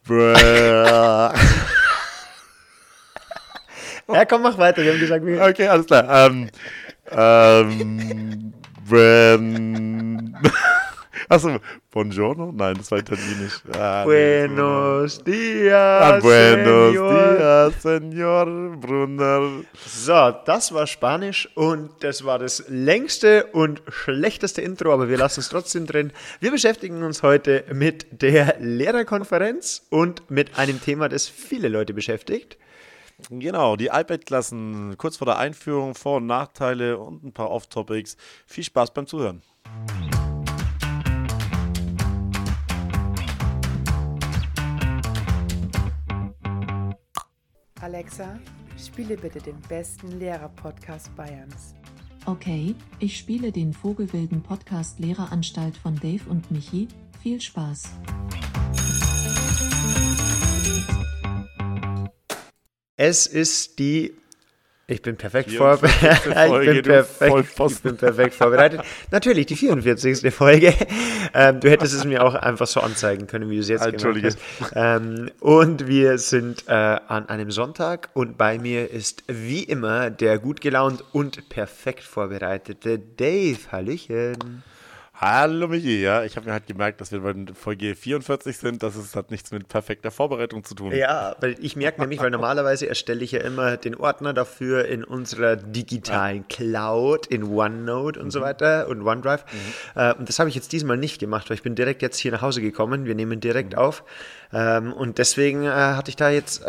Ja, komm, mach weiter. Wir haben gesagt, Okay, alles klar. Achso, buongiorno? Nein, das war italienisch. Buenos dias, Buenos Señor. dias, Senor Brunner. So, das war Spanisch und das war das längste und schlechteste Intro, aber wir lassen es trotzdem drin. Wir beschäftigen uns heute mit der Lehrerkonferenz und mit einem Thema, das viele Leute beschäftigt. Genau, die iPad-Klassen, kurz vor der Einführung, Vor- und Nachteile und ein paar Off-Topics. Viel Spaß beim Zuhören. Alexa, spiele bitte den besten Lehrer-Podcast Bayerns. Okay, ich spiele den Vogelwilden Podcast Lehreranstalt von Dave und Michi. Viel Spaß. Es ist die... Ich bin perfekt 44. Folge, ich bin perfekt vorbereitet. Natürlich, die 44. Folge. Du hättest es mir auch einfach so anzeigen können, wie du es jetzt gemacht hast. Und wir sind an einem Sonntag und bei mir ist wie immer der gut gelaunt und perfekt vorbereitete Dave. Hallöchen. Hallo Michi, ja, ich habe mir halt gemerkt, dass wir bei Folge 44 sind, dass es hat nichts mit perfekter Vorbereitung zu tun. Ja, weil ich merke nämlich, weil normalerweise erstelle ich ja immer den Ordner dafür in unserer digitalen Cloud, in OneNote und so weiter und OneDrive. Und das habe ich jetzt diesmal nicht gemacht, weil ich bin direkt jetzt hier nach Hause gekommen. Wir nehmen direkt auf. Und deswegen hatte ich da jetzt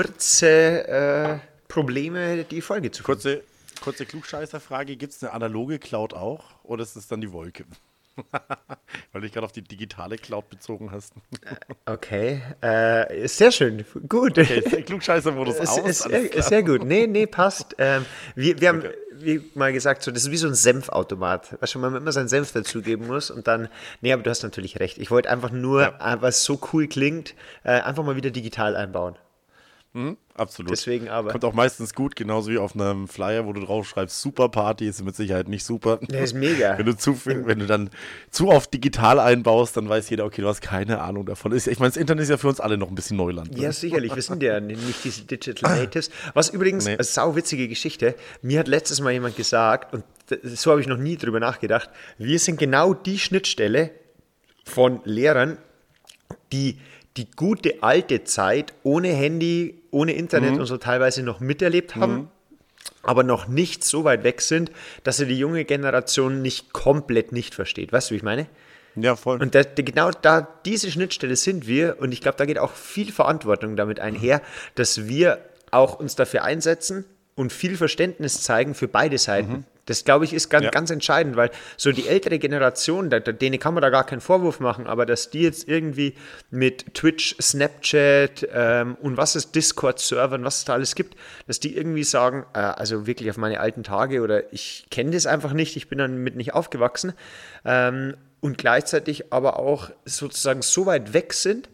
kurze Probleme, die Folge zu finden. Kurze Klugscheißerfrage, gibt es eine analoge Cloud auch oder ist es dann die Wolke? Weil du dich gerade auf die digitale Cloud bezogen hast. Okay, ist sehr schön, gut. Okay, ist der Klugscheißer-Modus aus? Ist sehr gut, nee, passt. Wir haben wie mal gesagt, so, das ist wie so ein Senfautomat, weißt du, man immer seinen Senf dazugeben muss und dann, nee, aber du hast natürlich recht. Ich wollte einfach nur, was so cool klingt, einfach mal wieder digital einbauen. Absolut. Deswegen aber. Kommt auch meistens gut, genauso wie auf einem Flyer, wo du drauf schreibst, Super Party, ist mit Sicherheit nicht super. Der ist mega. Wenn du dann zu oft digital einbaust, dann weiß jeder, okay, du hast keine Ahnung davon. Ich meine, das Internet ist ja für uns alle noch ein bisschen Neuland. Ne? Ja, sicherlich. Wir sind ja nicht diese Digital Natives. Was übrigens, eine sauwitzige Geschichte, mir hat letztes Mal jemand gesagt, und so habe ich noch nie drüber nachgedacht, wir sind genau die Schnittstelle von Lehrern, die gute alte Zeit ohne Handy, ohne Internet und so teilweise noch miterlebt haben, aber noch nicht so weit weg sind, dass sie die junge Generation nicht komplett nicht versteht. Weißt du, wie ich meine? Ja, voll. Und genau da, diese Schnittstelle sind wir und ich glaube, da geht auch viel Verantwortung damit einher, dass wir auch uns dafür einsetzen und viel Verständnis zeigen für beide Seiten. Das, glaube ich, ist ganz entscheidend, weil so die ältere Generation, denen kann man da gar keinen Vorwurf machen, aber dass die jetzt irgendwie mit Twitch, Snapchat und was es Discord-Servern, was es da alles gibt, dass die irgendwie sagen, also wirklich auf meine alten Tage oder ich kenne das einfach nicht, ich bin damit nicht aufgewachsen und gleichzeitig aber auch sozusagen so weit weg sind,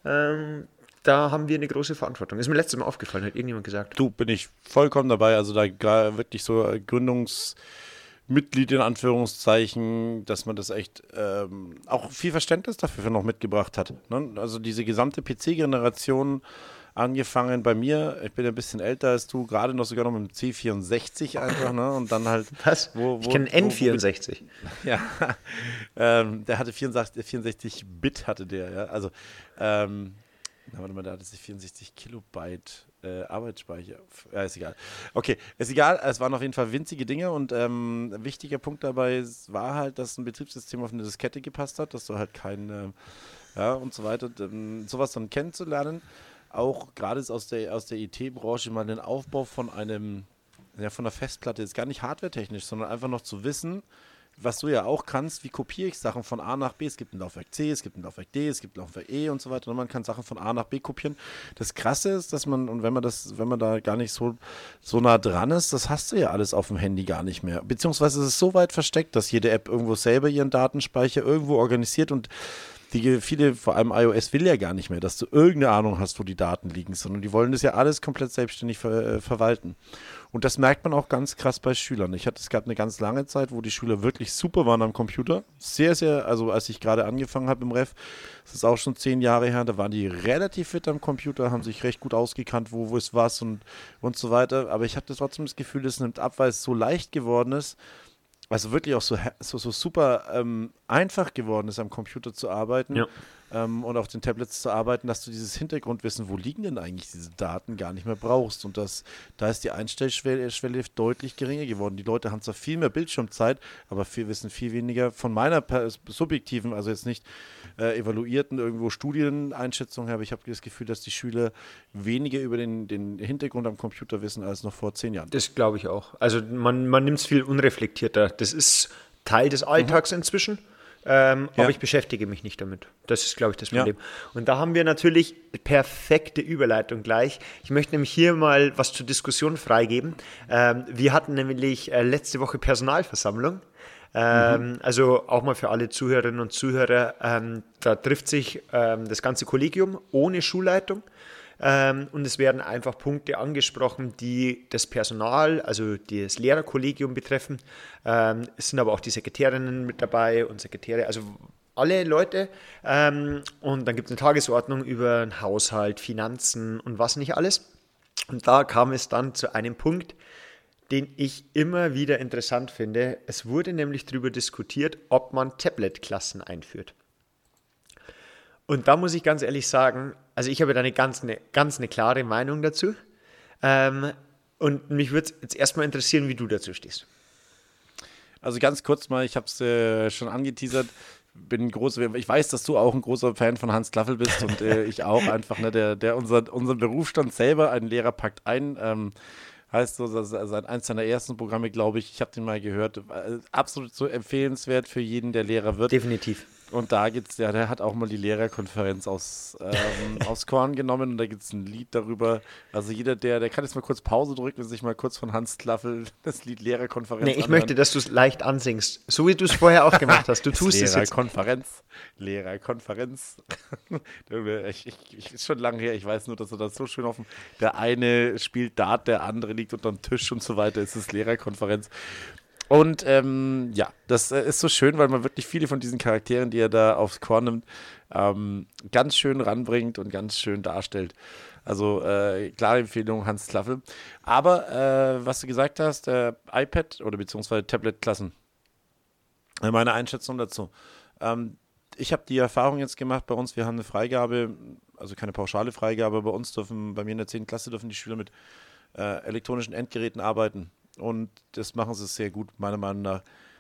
da haben wir eine große Verantwortung. Ist mir letztes Mal aufgefallen, hat irgendjemand gesagt. Du, bin ich vollkommen dabei. Also da wirklich so Gründungsmitglied in Anführungszeichen, dass man das echt auch viel Verständnis dafür noch mitgebracht hat. Ne? Also diese gesamte PC-Generation, angefangen bei mir, ich bin ja ein bisschen älter als du, gerade noch sogar noch mit dem C64 einfach, ne? Und dann halt. Was? Ich kenne N64. Ja, der hatte 64-Bit hatte der, ja. Also, warte mal, da hatte sich 64 Kilobyte Arbeitsspeicher. Ja, ist egal. Okay, ist egal. Es waren auf jeden Fall winzige Dinge und ein wichtiger Punkt dabei war halt, dass ein Betriebssystem auf eine Diskette gepasst hat, dass du halt kein, und so weiter, sowas dann kennenzulernen. Auch gerade aus der IT-Branche mal den Aufbau von von einer Festplatte, jetzt gar nicht hardwaretechnisch, sondern einfach noch zu wissen, was du ja auch kannst, wie kopiere ich Sachen von A nach B. Es gibt ein Laufwerk C, es gibt ein Laufwerk D, es gibt ein Laufwerk E und so weiter. Und man kann Sachen von A nach B kopieren. Das Krasse ist, dass man, und wenn man da gar nicht so nah dran ist, das hast du ja alles auf dem Handy gar nicht mehr. Beziehungsweise es ist so weit versteckt, dass jede App irgendwo selber ihren Datenspeicher irgendwo organisiert und viele, vor allem iOS, will ja gar nicht mehr, dass du irgendeine Ahnung hast, wo die Daten liegen, sondern die wollen das ja alles komplett selbstständig verwalten. Und das merkt man auch ganz krass bei Schülern. Es gab eine ganz lange Zeit, wo die Schüler wirklich super waren am Computer. Sehr, sehr, also als ich gerade angefangen habe im Ref, das ist auch schon 10 Jahre her, da waren die relativ fit am Computer, haben sich recht gut ausgekannt, wo ist was und so weiter. Aber ich hatte trotzdem das Gefühl, das nimmt ab, weil es so leicht geworden ist, also wirklich auch so super einfach geworden ist, am Computer zu arbeiten. Ja. Und auf den Tablets zu arbeiten, dass du dieses Hintergrundwissen, wo liegen denn eigentlich diese Daten, gar nicht mehr brauchst. Und da ist die Einstellschwelle deutlich geringer geworden. Die Leute haben zwar viel mehr Bildschirmzeit, aber wissen viel weniger von meiner subjektiven, also jetzt nicht evaluierten irgendwo Studieneinschätzung her, aber ich habe das Gefühl, dass die Schüler weniger über den Hintergrund am Computer wissen als noch vor 10 Jahren. Das glaube ich auch. Also man nimmt es viel unreflektierter. Das ist Teil des Alltags inzwischen. Aber ich beschäftige mich nicht damit. Das ist, glaube ich, das Problem. Ja. Und da haben wir natürlich perfekte Überleitung gleich. Ich möchte nämlich hier mal was zur Diskussion freigeben. Wir hatten nämlich letzte Woche Personalversammlung. Also auch mal für alle Zuhörerinnen und Zuhörer. Da trifft sich das ganze Kollegium ohne Schulleitung. Und es werden einfach Punkte angesprochen, die das Personal, also das Lehrerkollegium betreffen. Es sind aber auch die Sekretärinnen mit dabei und Sekretäre, also alle Leute. Und dann gibt es eine Tagesordnung über den Haushalt, Finanzen und was nicht alles. Und da kam es dann zu einem Punkt, den ich immer wieder interessant finde. Es wurde nämlich darüber diskutiert, ob man Tablet-Klassen einführt. Und da muss ich ganz ehrlich sagen, also ich habe da eine ganz klare Meinung dazu. Und mich würde jetzt erstmal interessieren, wie du dazu stehst. Also ganz kurz mal, ich habe es schon angeteasert, ich weiß, dass du auch ein großer Fan von Hans Klaffel bist und ich auch einfach, ne, der unseren Berufsstand selber, ein Lehrer packt ein, heißt so, seit eins seiner ersten Programme, glaube ich habe den mal gehört, absolut so empfehlenswert für jeden, der Lehrer wird. Definitiv. Und da gibt's, der hat auch mal die Lehrerkonferenz aus Korn genommen und da gibt es ein Lied darüber. Also jeder, der kann jetzt mal kurz Pause drücken und sich mal kurz von Hans Klaffel das Lied Lehrerkonferenz anhören. Ich möchte, dass du es leicht ansingst, so wie du es vorher auch gemacht hast. Du tust es jetzt. Lehrerkonferenz. Ist schon lange her, ich weiß nur, dass er das so schön der eine spielt Dart, der andere liegt unterm Tisch und so weiter. Es ist Lehrerkonferenz. Und das ist so schön, weil man wirklich viele von diesen Charakteren, die er da aufs Korn nimmt, ganz schön ranbringt und ganz schön darstellt. Also klare Empfehlung, Hans Klaffel. Aber was du gesagt hast, iPad oder beziehungsweise Tablet-Klassen, meine Einschätzung dazu. Ich habe die Erfahrung jetzt gemacht bei uns, wir haben eine Freigabe, also keine pauschale Freigabe, bei mir in der 10. Klasse dürfen die Schüler mit elektronischen Endgeräten arbeiten. Und das machen sie sehr gut, meiner Meinung nach.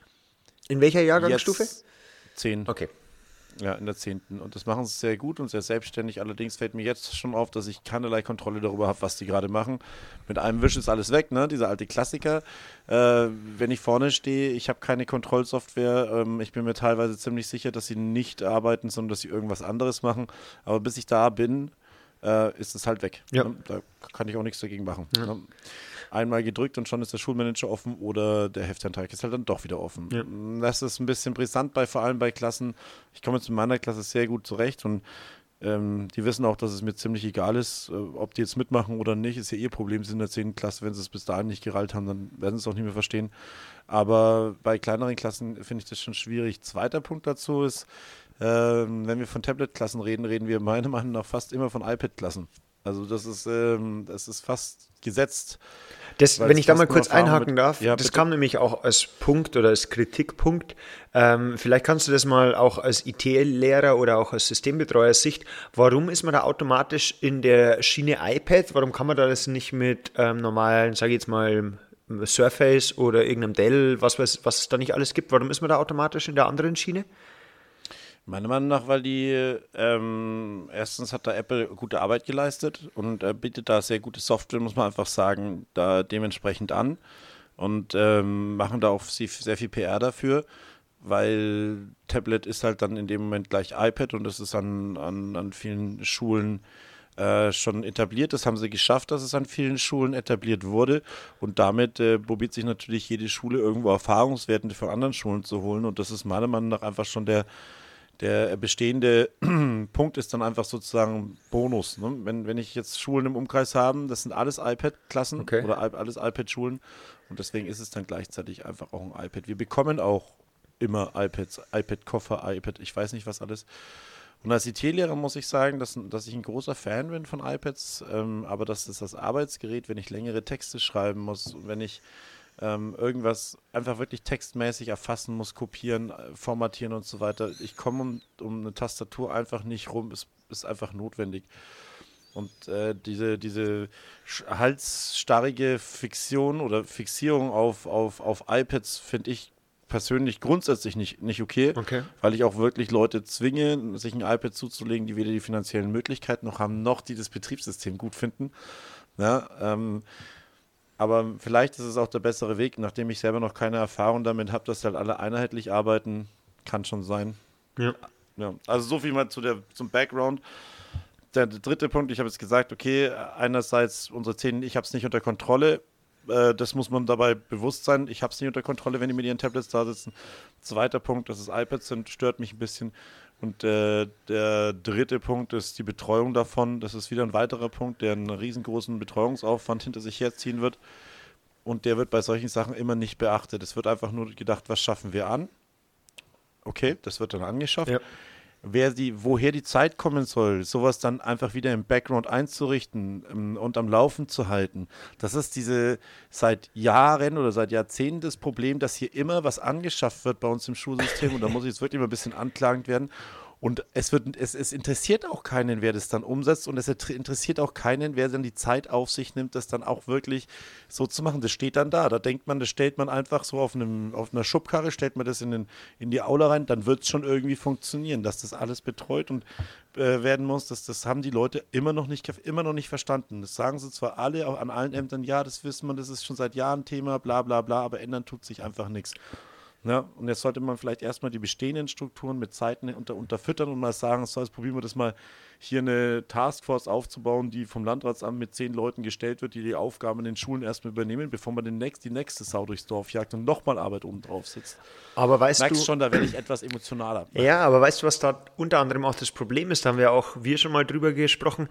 In welcher Jahrgangsstufe? 10. Okay. Ja, in der 10. Und das machen sie sehr gut und sehr selbstständig. Allerdings fällt mir jetzt schon auf, dass ich keinerlei Kontrolle darüber habe, was die gerade machen. Mit einem Wisch ist alles weg, ne? Dieser alte Klassiker. Wenn ich vorne stehe, ich habe keine Kontrollsoftware. Ich bin mir teilweise ziemlich sicher, dass sie nicht arbeiten, sondern dass sie irgendwas anderes machen. Aber bis ich da bin, ist es halt weg. Ja. Ne? Da kann ich auch nichts dagegen machen. Ja. Ne? Einmal gedrückt und schon ist der Schulmanager offen oder der Heftantrag ist halt dann doch wieder offen. Ja. Das ist ein bisschen brisant vor allem bei Klassen. Ich komme jetzt in meiner Klasse sehr gut zurecht und die wissen auch, dass es mir ziemlich egal ist, ob die jetzt mitmachen oder nicht, ist ja ihr Problem, sie sind in der 10. Klasse, wenn sie es bis dahin nicht gereilt haben, dann werden sie es auch nicht mehr verstehen. Aber bei kleineren Klassen finde ich das schon schwierig. Zweiter Punkt dazu ist, wenn wir von Tablet-Klassen reden wir meiner Meinung nach fast immer von iPad-Klassen. Also das ist fast gesetzt. Wenn ich da mal kurz einhaken darf, ja, das bitte. kam nämlich auch als Punkt oder als Kritikpunkt. Vielleicht kannst du das mal auch als IT-Lehrer oder auch als Systembetreuer-Sicht, warum ist man da automatisch in der Schiene iPad? Warum kann man da das nicht mit normalen, sage ich jetzt mal, Surface oder irgendeinem Dell, was es da nicht alles gibt? Warum ist man da automatisch in der anderen Schiene? Meiner Meinung nach, weil erstens hat da Apple gute Arbeit geleistet und bietet da sehr gute Software, muss man einfach sagen, da dementsprechend an und machen da auch sehr viel PR dafür, weil Tablet ist halt dann in dem Moment gleich iPad und das ist an vielen Schulen schon etabliert. Das haben sie geschafft, dass es an vielen Schulen etabliert wurde und damit probiert sich natürlich jede Schule irgendwo Erfahrungswerte von anderen Schulen zu holen und das ist meiner Meinung nach einfach schon der Der bestehende Punkt ist dann einfach sozusagen Bonus. Ne? Wenn ich jetzt Schulen im Umkreis habe, das sind alles iPad-Klassen oder alles iPad-Schulen und deswegen ist es dann gleichzeitig einfach auch ein iPad. Wir bekommen auch immer iPads, iPad-Koffer, iPad, ich weiß nicht was alles. Und als IT-Lehrer muss ich sagen, dass ich ein großer Fan bin von iPads, aber das ist das Arbeitsgerät, wenn ich längere Texte schreiben muss, wenn ich irgendwas einfach wirklich textmäßig erfassen muss, kopieren, formatieren und so weiter. Ich komme um eine Tastatur einfach nicht rum, es ist einfach notwendig. Und diese halsstarrige Fixierung auf iPads finde ich persönlich grundsätzlich nicht okay, weil ich auch wirklich Leute zwinge, sich ein iPad zuzulegen, die weder die finanziellen Möglichkeiten noch haben, noch die das Betriebssystem gut finden. Ja, aber vielleicht ist es auch der bessere Weg, nachdem ich selber noch keine Erfahrung damit habe, dass halt alle einheitlich arbeiten, kann schon sein. Ja. Also so viel mal zum Background. Der dritte Punkt, ich habe jetzt gesagt, okay, einerseits unsere Zähne, ich habe es nicht unter Kontrolle, das muss man dabei bewusst sein, ich habe es nicht unter Kontrolle, wenn die mit ihren Tablets da sitzen. Zweiter Punkt, dass es iPads sind, stört mich ein bisschen. Und der dritte Punkt ist die Betreuung davon. Das ist wieder ein weiterer Punkt, der einen riesengroßen Betreuungsaufwand hinter sich herziehen wird. Und der wird bei solchen Sachen immer nicht beachtet. Es wird einfach nur gedacht, was schaffen wir an? Okay, das wird dann angeschafft. Ja. Woher die Zeit kommen soll, sowas dann einfach wieder im Background einzurichten und am Laufen zu halten. Das ist seit Jahren oder seit Jahrzehnten das Problem, dass hier immer was angeschafft wird bei uns im Schulsystem und da muss ich jetzt wirklich mal ein bisschen anklagend werden. Und es interessiert auch keinen, wer das dann umsetzt und es interessiert auch keinen, wer dann die Zeit auf sich nimmt, das dann auch wirklich so zu machen. Das steht dann da. Da denkt man, das stellt man einfach so auf einer Schubkarre, stellt man das in die Aula rein, dann wird es schon irgendwie funktionieren, dass das alles betreut und werden muss. Das haben die Leute immer noch nicht verstanden. Das sagen sie zwar alle, auch an allen Ämtern, ja, das wissen wir, das ist schon seit Jahren Thema, bla bla bla, aber ändern tut sich einfach nichts. Ja, und jetzt sollte man vielleicht erstmal die bestehenden Strukturen mit Zeiten unterfüttern und mal sagen, so, jetzt probieren wir das mal, hier eine Taskforce aufzubauen, die vom Landratsamt mit 10 Leuten gestellt wird, die die Aufgaben in den Schulen erstmal übernehmen, bevor man die nächste Sau durchs Dorf jagt und nochmal Arbeit oben drauf sitzt. Aber weißt du schon, da werde ich etwas emotionaler. Ja, aber weißt du, was da unter anderem auch das Problem ist? Da haben wir schon mal drüber gesprochen.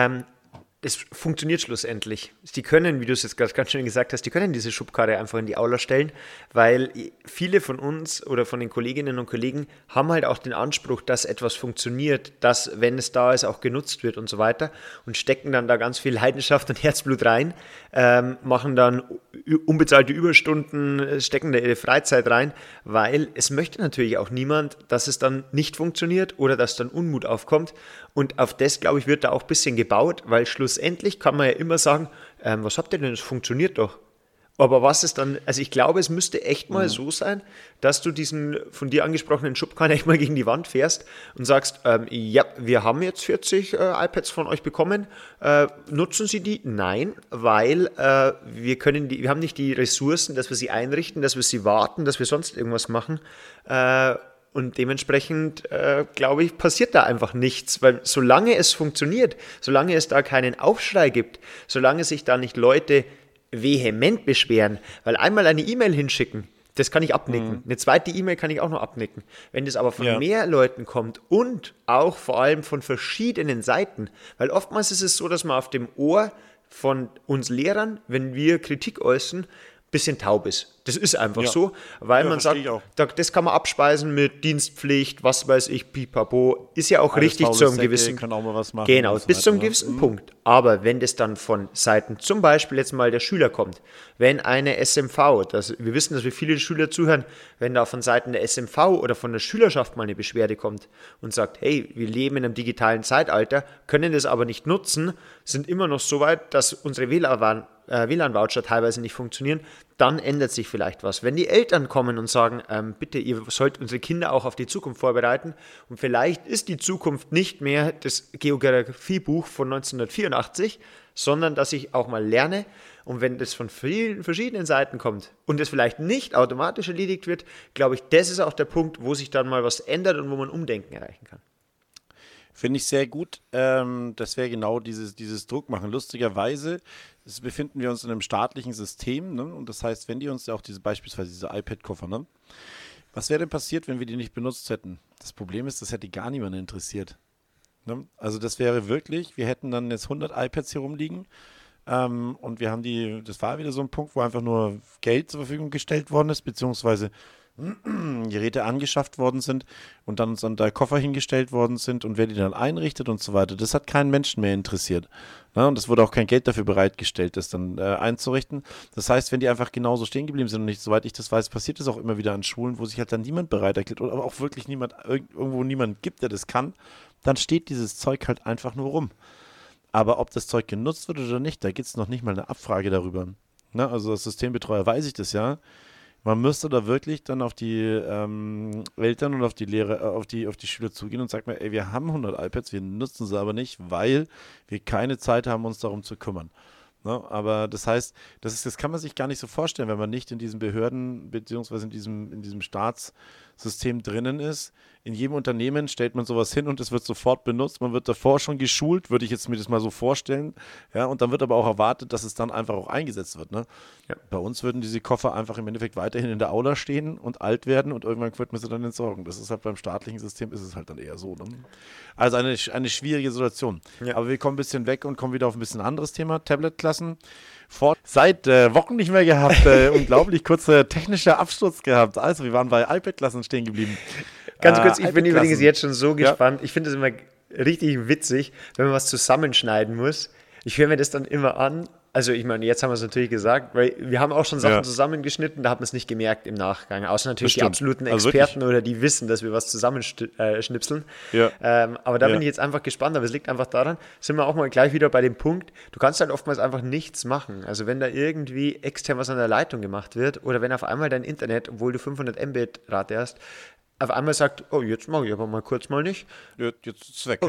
Es funktioniert schlussendlich. Die können, wie du es jetzt ganz schön gesagt hast, die können diese Schubkarre einfach in die Aula stellen, weil viele von uns oder von den Kolleginnen und Kollegen haben halt auch den Anspruch, dass etwas funktioniert, dass, wenn es da ist, auch genutzt wird und so weiter und stecken dann da ganz viel Leidenschaft und Herzblut rein, machen dann unbezahlte Überstunden, stecken da ihre Freizeit rein, weil es möchte natürlich auch niemand, dass es dann nicht funktioniert oder dass dann Unmut aufkommt. Und auf das, glaube ich, wird da auch ein bisschen gebaut, weil schlussendlich kann man ja immer sagen, was habt ihr denn, das funktioniert doch. Aber was ist dann, also ich glaube, es müsste echt mal so sein, dass du diesen von dir angesprochenen Schubkarren echt mal gegen die Wand fährst und sagst, ja, wir haben jetzt 40 iPads von euch bekommen, nutzen Sie die? Nein, weil wir haben nicht die Ressourcen, dass wir sie einrichten, dass wir sie warten, dass wir sonst irgendwas machen. Und dementsprechend, glaube ich, passiert da einfach nichts, weil solange es funktioniert, solange es da keinen Aufschrei gibt, solange sich da nicht Leute vehement beschweren, weil einmal eine E-Mail hinschicken, das kann ich abnicken. Eine zweite E-Mail kann ich auch noch abnicken. Wenn das aber von mehr Leuten kommt und auch vor allem von verschiedenen Seiten, weil oftmals ist es so, dass man auf dem Ohr von uns Lehrern, wenn wir Kritik äußern, bisschen taub ist. Das ist einfach so, weil man sagt, das kann man abspeisen mit Dienstpflicht, was weiß ich, pipapo, ist ja auch alles richtig zu einem gewissen, können auch mal was machen, genau, bis zu einem gewissen Punkt. Aber wenn das dann von Seiten zum Beispiel jetzt mal der Schüler kommt, wenn eine SMV, wir wissen, dass wir viele Schüler zuhören, wenn da von Seiten der SMV oder von der Schülerschaft mal eine Beschwerde kommt und sagt, hey, wir leben in einem digitalen Zeitalter, können das aber nicht nutzen, sind immer noch so weit, dass unsere WLAN-Voucher teilweise nicht funktionieren, dann ändert sich vielleicht was. Wenn die Eltern kommen und sagen, bitte, ihr sollt unsere Kinder auch auf die Zukunft vorbereiten und vielleicht ist die Zukunft nicht mehr das Geografiebuch von 1984, sondern dass ich auch mal lerne und wenn das von vielen verschiedenen Seiten kommt und es vielleicht nicht automatisch erledigt wird, glaube ich, das ist auch der Punkt, wo sich dann mal was ändert und wo man Umdenken erreichen kann. Finde ich sehr gut. Das wäre genau dieses Druckmachen. Lustigerweise befinden wir uns in einem staatlichen System, ne? Und das heißt, wenn die uns ja auch beispielsweise diese iPad-Koffer, ne? Was wäre denn passiert, wenn wir die nicht benutzt hätten? Das Problem ist, das hätte gar niemanden interessiert. Ne? Also das wäre wirklich, wir hätten dann jetzt 100 iPads hier rumliegen und wir haben das war wieder so ein Punkt, wo einfach nur Geld zur Verfügung gestellt worden ist, beziehungsweise Geräte angeschafft worden sind und dann uns an der Koffer hingestellt worden sind und wer die dann einrichtet und so weiter. Das hat keinen Menschen mehr interessiert. Ne? Und es wurde auch kein Geld dafür bereitgestellt, das dann einzurichten. Das heißt, wenn die einfach genauso stehen geblieben sind und nicht, soweit ich das weiß, passiert das auch immer wieder an Schulen, wo sich halt dann niemand bereit erklärt oder auch wirklich irgendwo niemand gibt, der das kann, dann steht dieses Zeug halt einfach nur rum. Aber ob das Zeug genutzt wird oder nicht, da gibt es noch nicht mal eine Abfrage darüber. Ne? Also als Systembetreuer weiß ich das ja. Man müsste da wirklich dann auf die Eltern und auf die Lehrer, auf die Schüler zugehen und sagen, ey, wir haben 100 iPads, wir nutzen sie aber nicht, weil wir keine Zeit haben, uns darum zu kümmern. Ne? Aber das heißt, das kann man sich gar nicht so vorstellen, wenn man nicht in diesen Behörden beziehungsweise in diesem Staatssystem drinnen ist. In jedem Unternehmen stellt man sowas hin und es wird sofort benutzt. Man wird davor schon geschult, würde ich jetzt mir das mal so vorstellen. Ja, und dann wird aber auch erwartet, dass es dann einfach auch eingesetzt wird. Ne? Ja. Bei uns würden diese Koffer einfach im Endeffekt weiterhin in der Aula stehen und alt werden und irgendwann wird man sie dann entsorgen. Das ist halt beim staatlichen System ist es halt dann eher so. Ne? Also eine schwierige Situation. Ja. Aber wir kommen ein bisschen weg und kommen wieder auf ein bisschen anderes Thema. Tablet-Klassen. Seit Wochen nicht mehr gehabt. Unglaublich kurzer technischer Absturz gehabt. Also wir waren bei iPad-Klassen stehen geblieben. Ganz kurz, ich bin übrigens jetzt schon so gespannt. Ja. Ich finde es immer richtig witzig, wenn man was zusammenschneiden muss. Ich höre mir das dann immer an. Also ich meine, jetzt haben wir es natürlich gesagt, weil wir haben auch schon Sachen zusammengeschnitten, da hat man es nicht gemerkt im Nachgang. Außer natürlich die absoluten Experten oder die wissen, dass wir was zusammenschnipseln. Ja. Aber da bin ich jetzt einfach gespannt. Aber es liegt einfach daran, sind wir auch mal gleich wieder bei dem Punkt, du kannst halt oftmals einfach nichts machen. Also wenn da irgendwie extern was an der Leitung gemacht wird oder wenn auf einmal dein Internet, obwohl du 500 Mbit Rate hast, auf einmal sagt, oh, jetzt mache ich aber mal kurz mal nicht. Jetzt ist es weg, ja.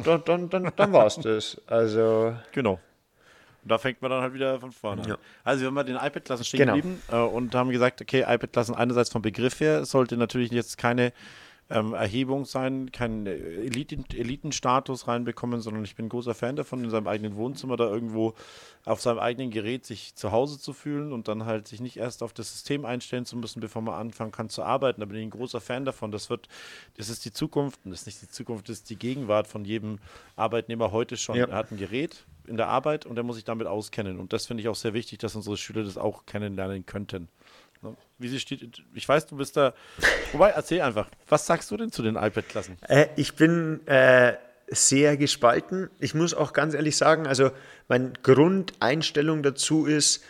Dann war es das. Also genau. Und da fängt man dann halt wieder von vorne an. Ja. Also wir haben mal den iPad-Klassen stehen geblieben und haben gesagt, okay, iPad-Klassen einerseits vom Begriff her, es sollte natürlich jetzt keine Erhebung sein, keinen Elitenstatus reinbekommen, sondern ich bin ein großer Fan davon, in seinem eigenen Wohnzimmer da irgendwo auf seinem eigenen Gerät sich zu Hause zu fühlen und dann halt sich nicht erst auf das System einstellen zu müssen, bevor man anfangen kann zu arbeiten. Da bin ich ein großer Fan davon. Das ist die Zukunft, und das ist nicht die Zukunft, das ist die Gegenwart von jedem Arbeitnehmer heute schon. Ja. Er hat ein Gerät in der Arbeit und er muss sich damit auskennen. Und das finde ich auch sehr wichtig, dass unsere Schüler das auch kennenlernen könnten. Wie sie steht, ich weiß, du bist da. Wobei, erzähl einfach, was sagst du denn zu den iPad-Klassen? Ich bin sehr gespalten. Ich muss auch ganz ehrlich sagen, also meine Grundeinstellung dazu ist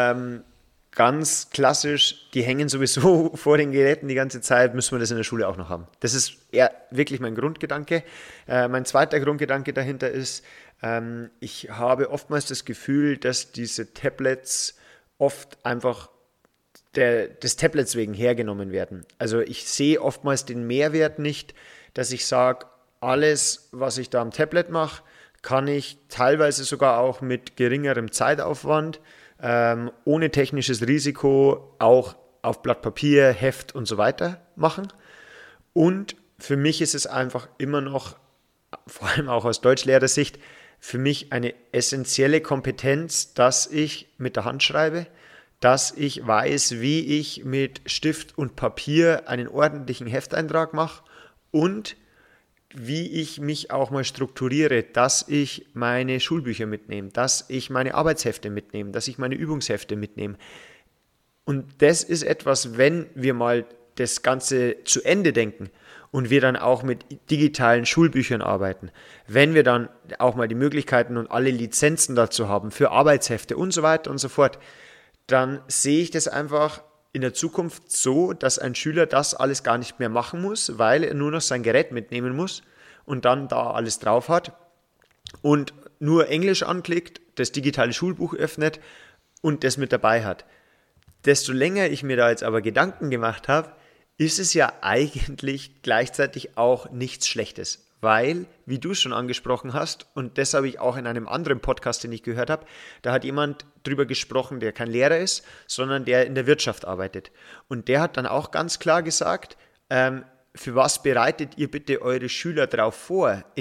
ganz klassisch, die hängen sowieso vor den Geräten die ganze Zeit, müssen wir das in der Schule auch noch haben. Das ist eher wirklich mein Grundgedanke. Mein zweiter Grundgedanke dahinter ist, ich habe oftmals das Gefühl, dass diese Tablets oft einfach des Tablets wegen hergenommen werden. Also ich sehe oftmals den Mehrwert nicht, dass ich sage, alles, was ich da am Tablet mache, kann ich teilweise sogar auch mit geringerem Zeitaufwand, ohne technisches Risiko, auch auf Blatt Papier, Heft und so weiter machen. Und für mich ist es einfach immer noch, vor allem auch aus Deutschlehrersicht, für mich eine essentielle Kompetenz, dass ich mit der Hand schreibe, dass ich weiß, wie ich mit Stift und Papier einen ordentlichen Hefteintrag mache und wie ich mich auch mal strukturiere, dass ich meine Schulbücher mitnehme, dass ich meine Arbeitshefte mitnehme, dass ich meine Übungshefte mitnehme. Und das ist etwas, wenn wir mal das Ganze zu Ende denken und wir dann auch mit digitalen Schulbüchern arbeiten, wenn wir dann auch mal die Möglichkeiten und alle Lizenzen dazu haben für Arbeitshefte und so weiter und so fort, dann sehe ich das einfach in der Zukunft so, dass ein Schüler das alles gar nicht mehr machen muss, weil er nur noch sein Gerät mitnehmen muss und dann da alles drauf hat und nur Englisch anklickt, das digitale Schulbuch öffnet und das mit dabei hat. Desto länger ich mir da jetzt aber Gedanken gemacht habe, ist es ja eigentlich gleichzeitig auch nichts Schlechtes. Weil, wie du es schon angesprochen hast, und das habe ich auch in einem anderen Podcast, den ich gehört habe, da hat jemand drüber gesprochen, der kein Lehrer ist, sondern der in der Wirtschaft arbeitet. Und der hat dann auch ganz klar gesagt, für was bereitet ihr bitte eure Schüler darauf vor, in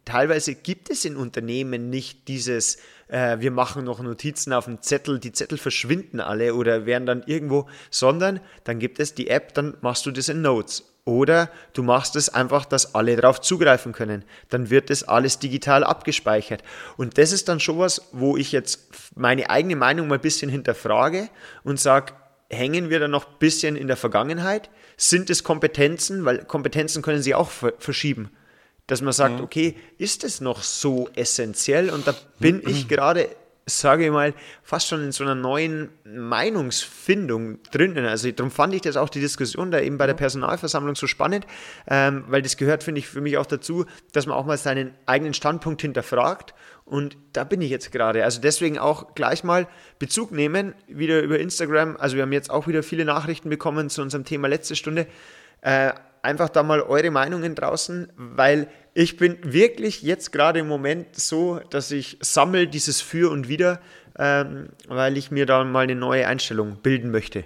teilweise gibt es in Unternehmen nicht dieses, wir machen noch Notizen auf dem Zettel, die Zettel verschwinden alle oder werden dann irgendwo, sondern dann gibt es die App, dann machst du das in Notes. Oder du machst es einfach, dass alle darauf zugreifen können. Dann wird das alles digital abgespeichert. Und das ist dann schon was, wo ich jetzt meine eigene Meinung mal ein bisschen hinterfrage und sage, hängen wir da noch ein bisschen in der Vergangenheit? Sind es Kompetenzen? Weil Kompetenzen können sie auch verschieben. Dass man sagt, okay, ist es noch so essentiell? Und da bin ich gerade, sage ich mal, fast schon in so einer neuen Meinungsfindung drinnen. Also darum fand ich das auch die Diskussion da eben bei der Personalversammlung so spannend, weil das gehört, finde ich, für mich auch dazu, dass man auch mal seinen eigenen Standpunkt hinterfragt. Und da bin ich jetzt gerade. Also deswegen auch gleich mal Bezug nehmen, wieder über Instagram. Also wir haben jetzt auch wieder viele Nachrichten bekommen zu unserem Thema letzte Stunde. Einfach da mal eure Meinungen draußen, weil ich bin wirklich jetzt gerade im Moment so, dass ich sammle dieses Für und Wider, weil ich mir da mal eine neue Einstellung bilden möchte.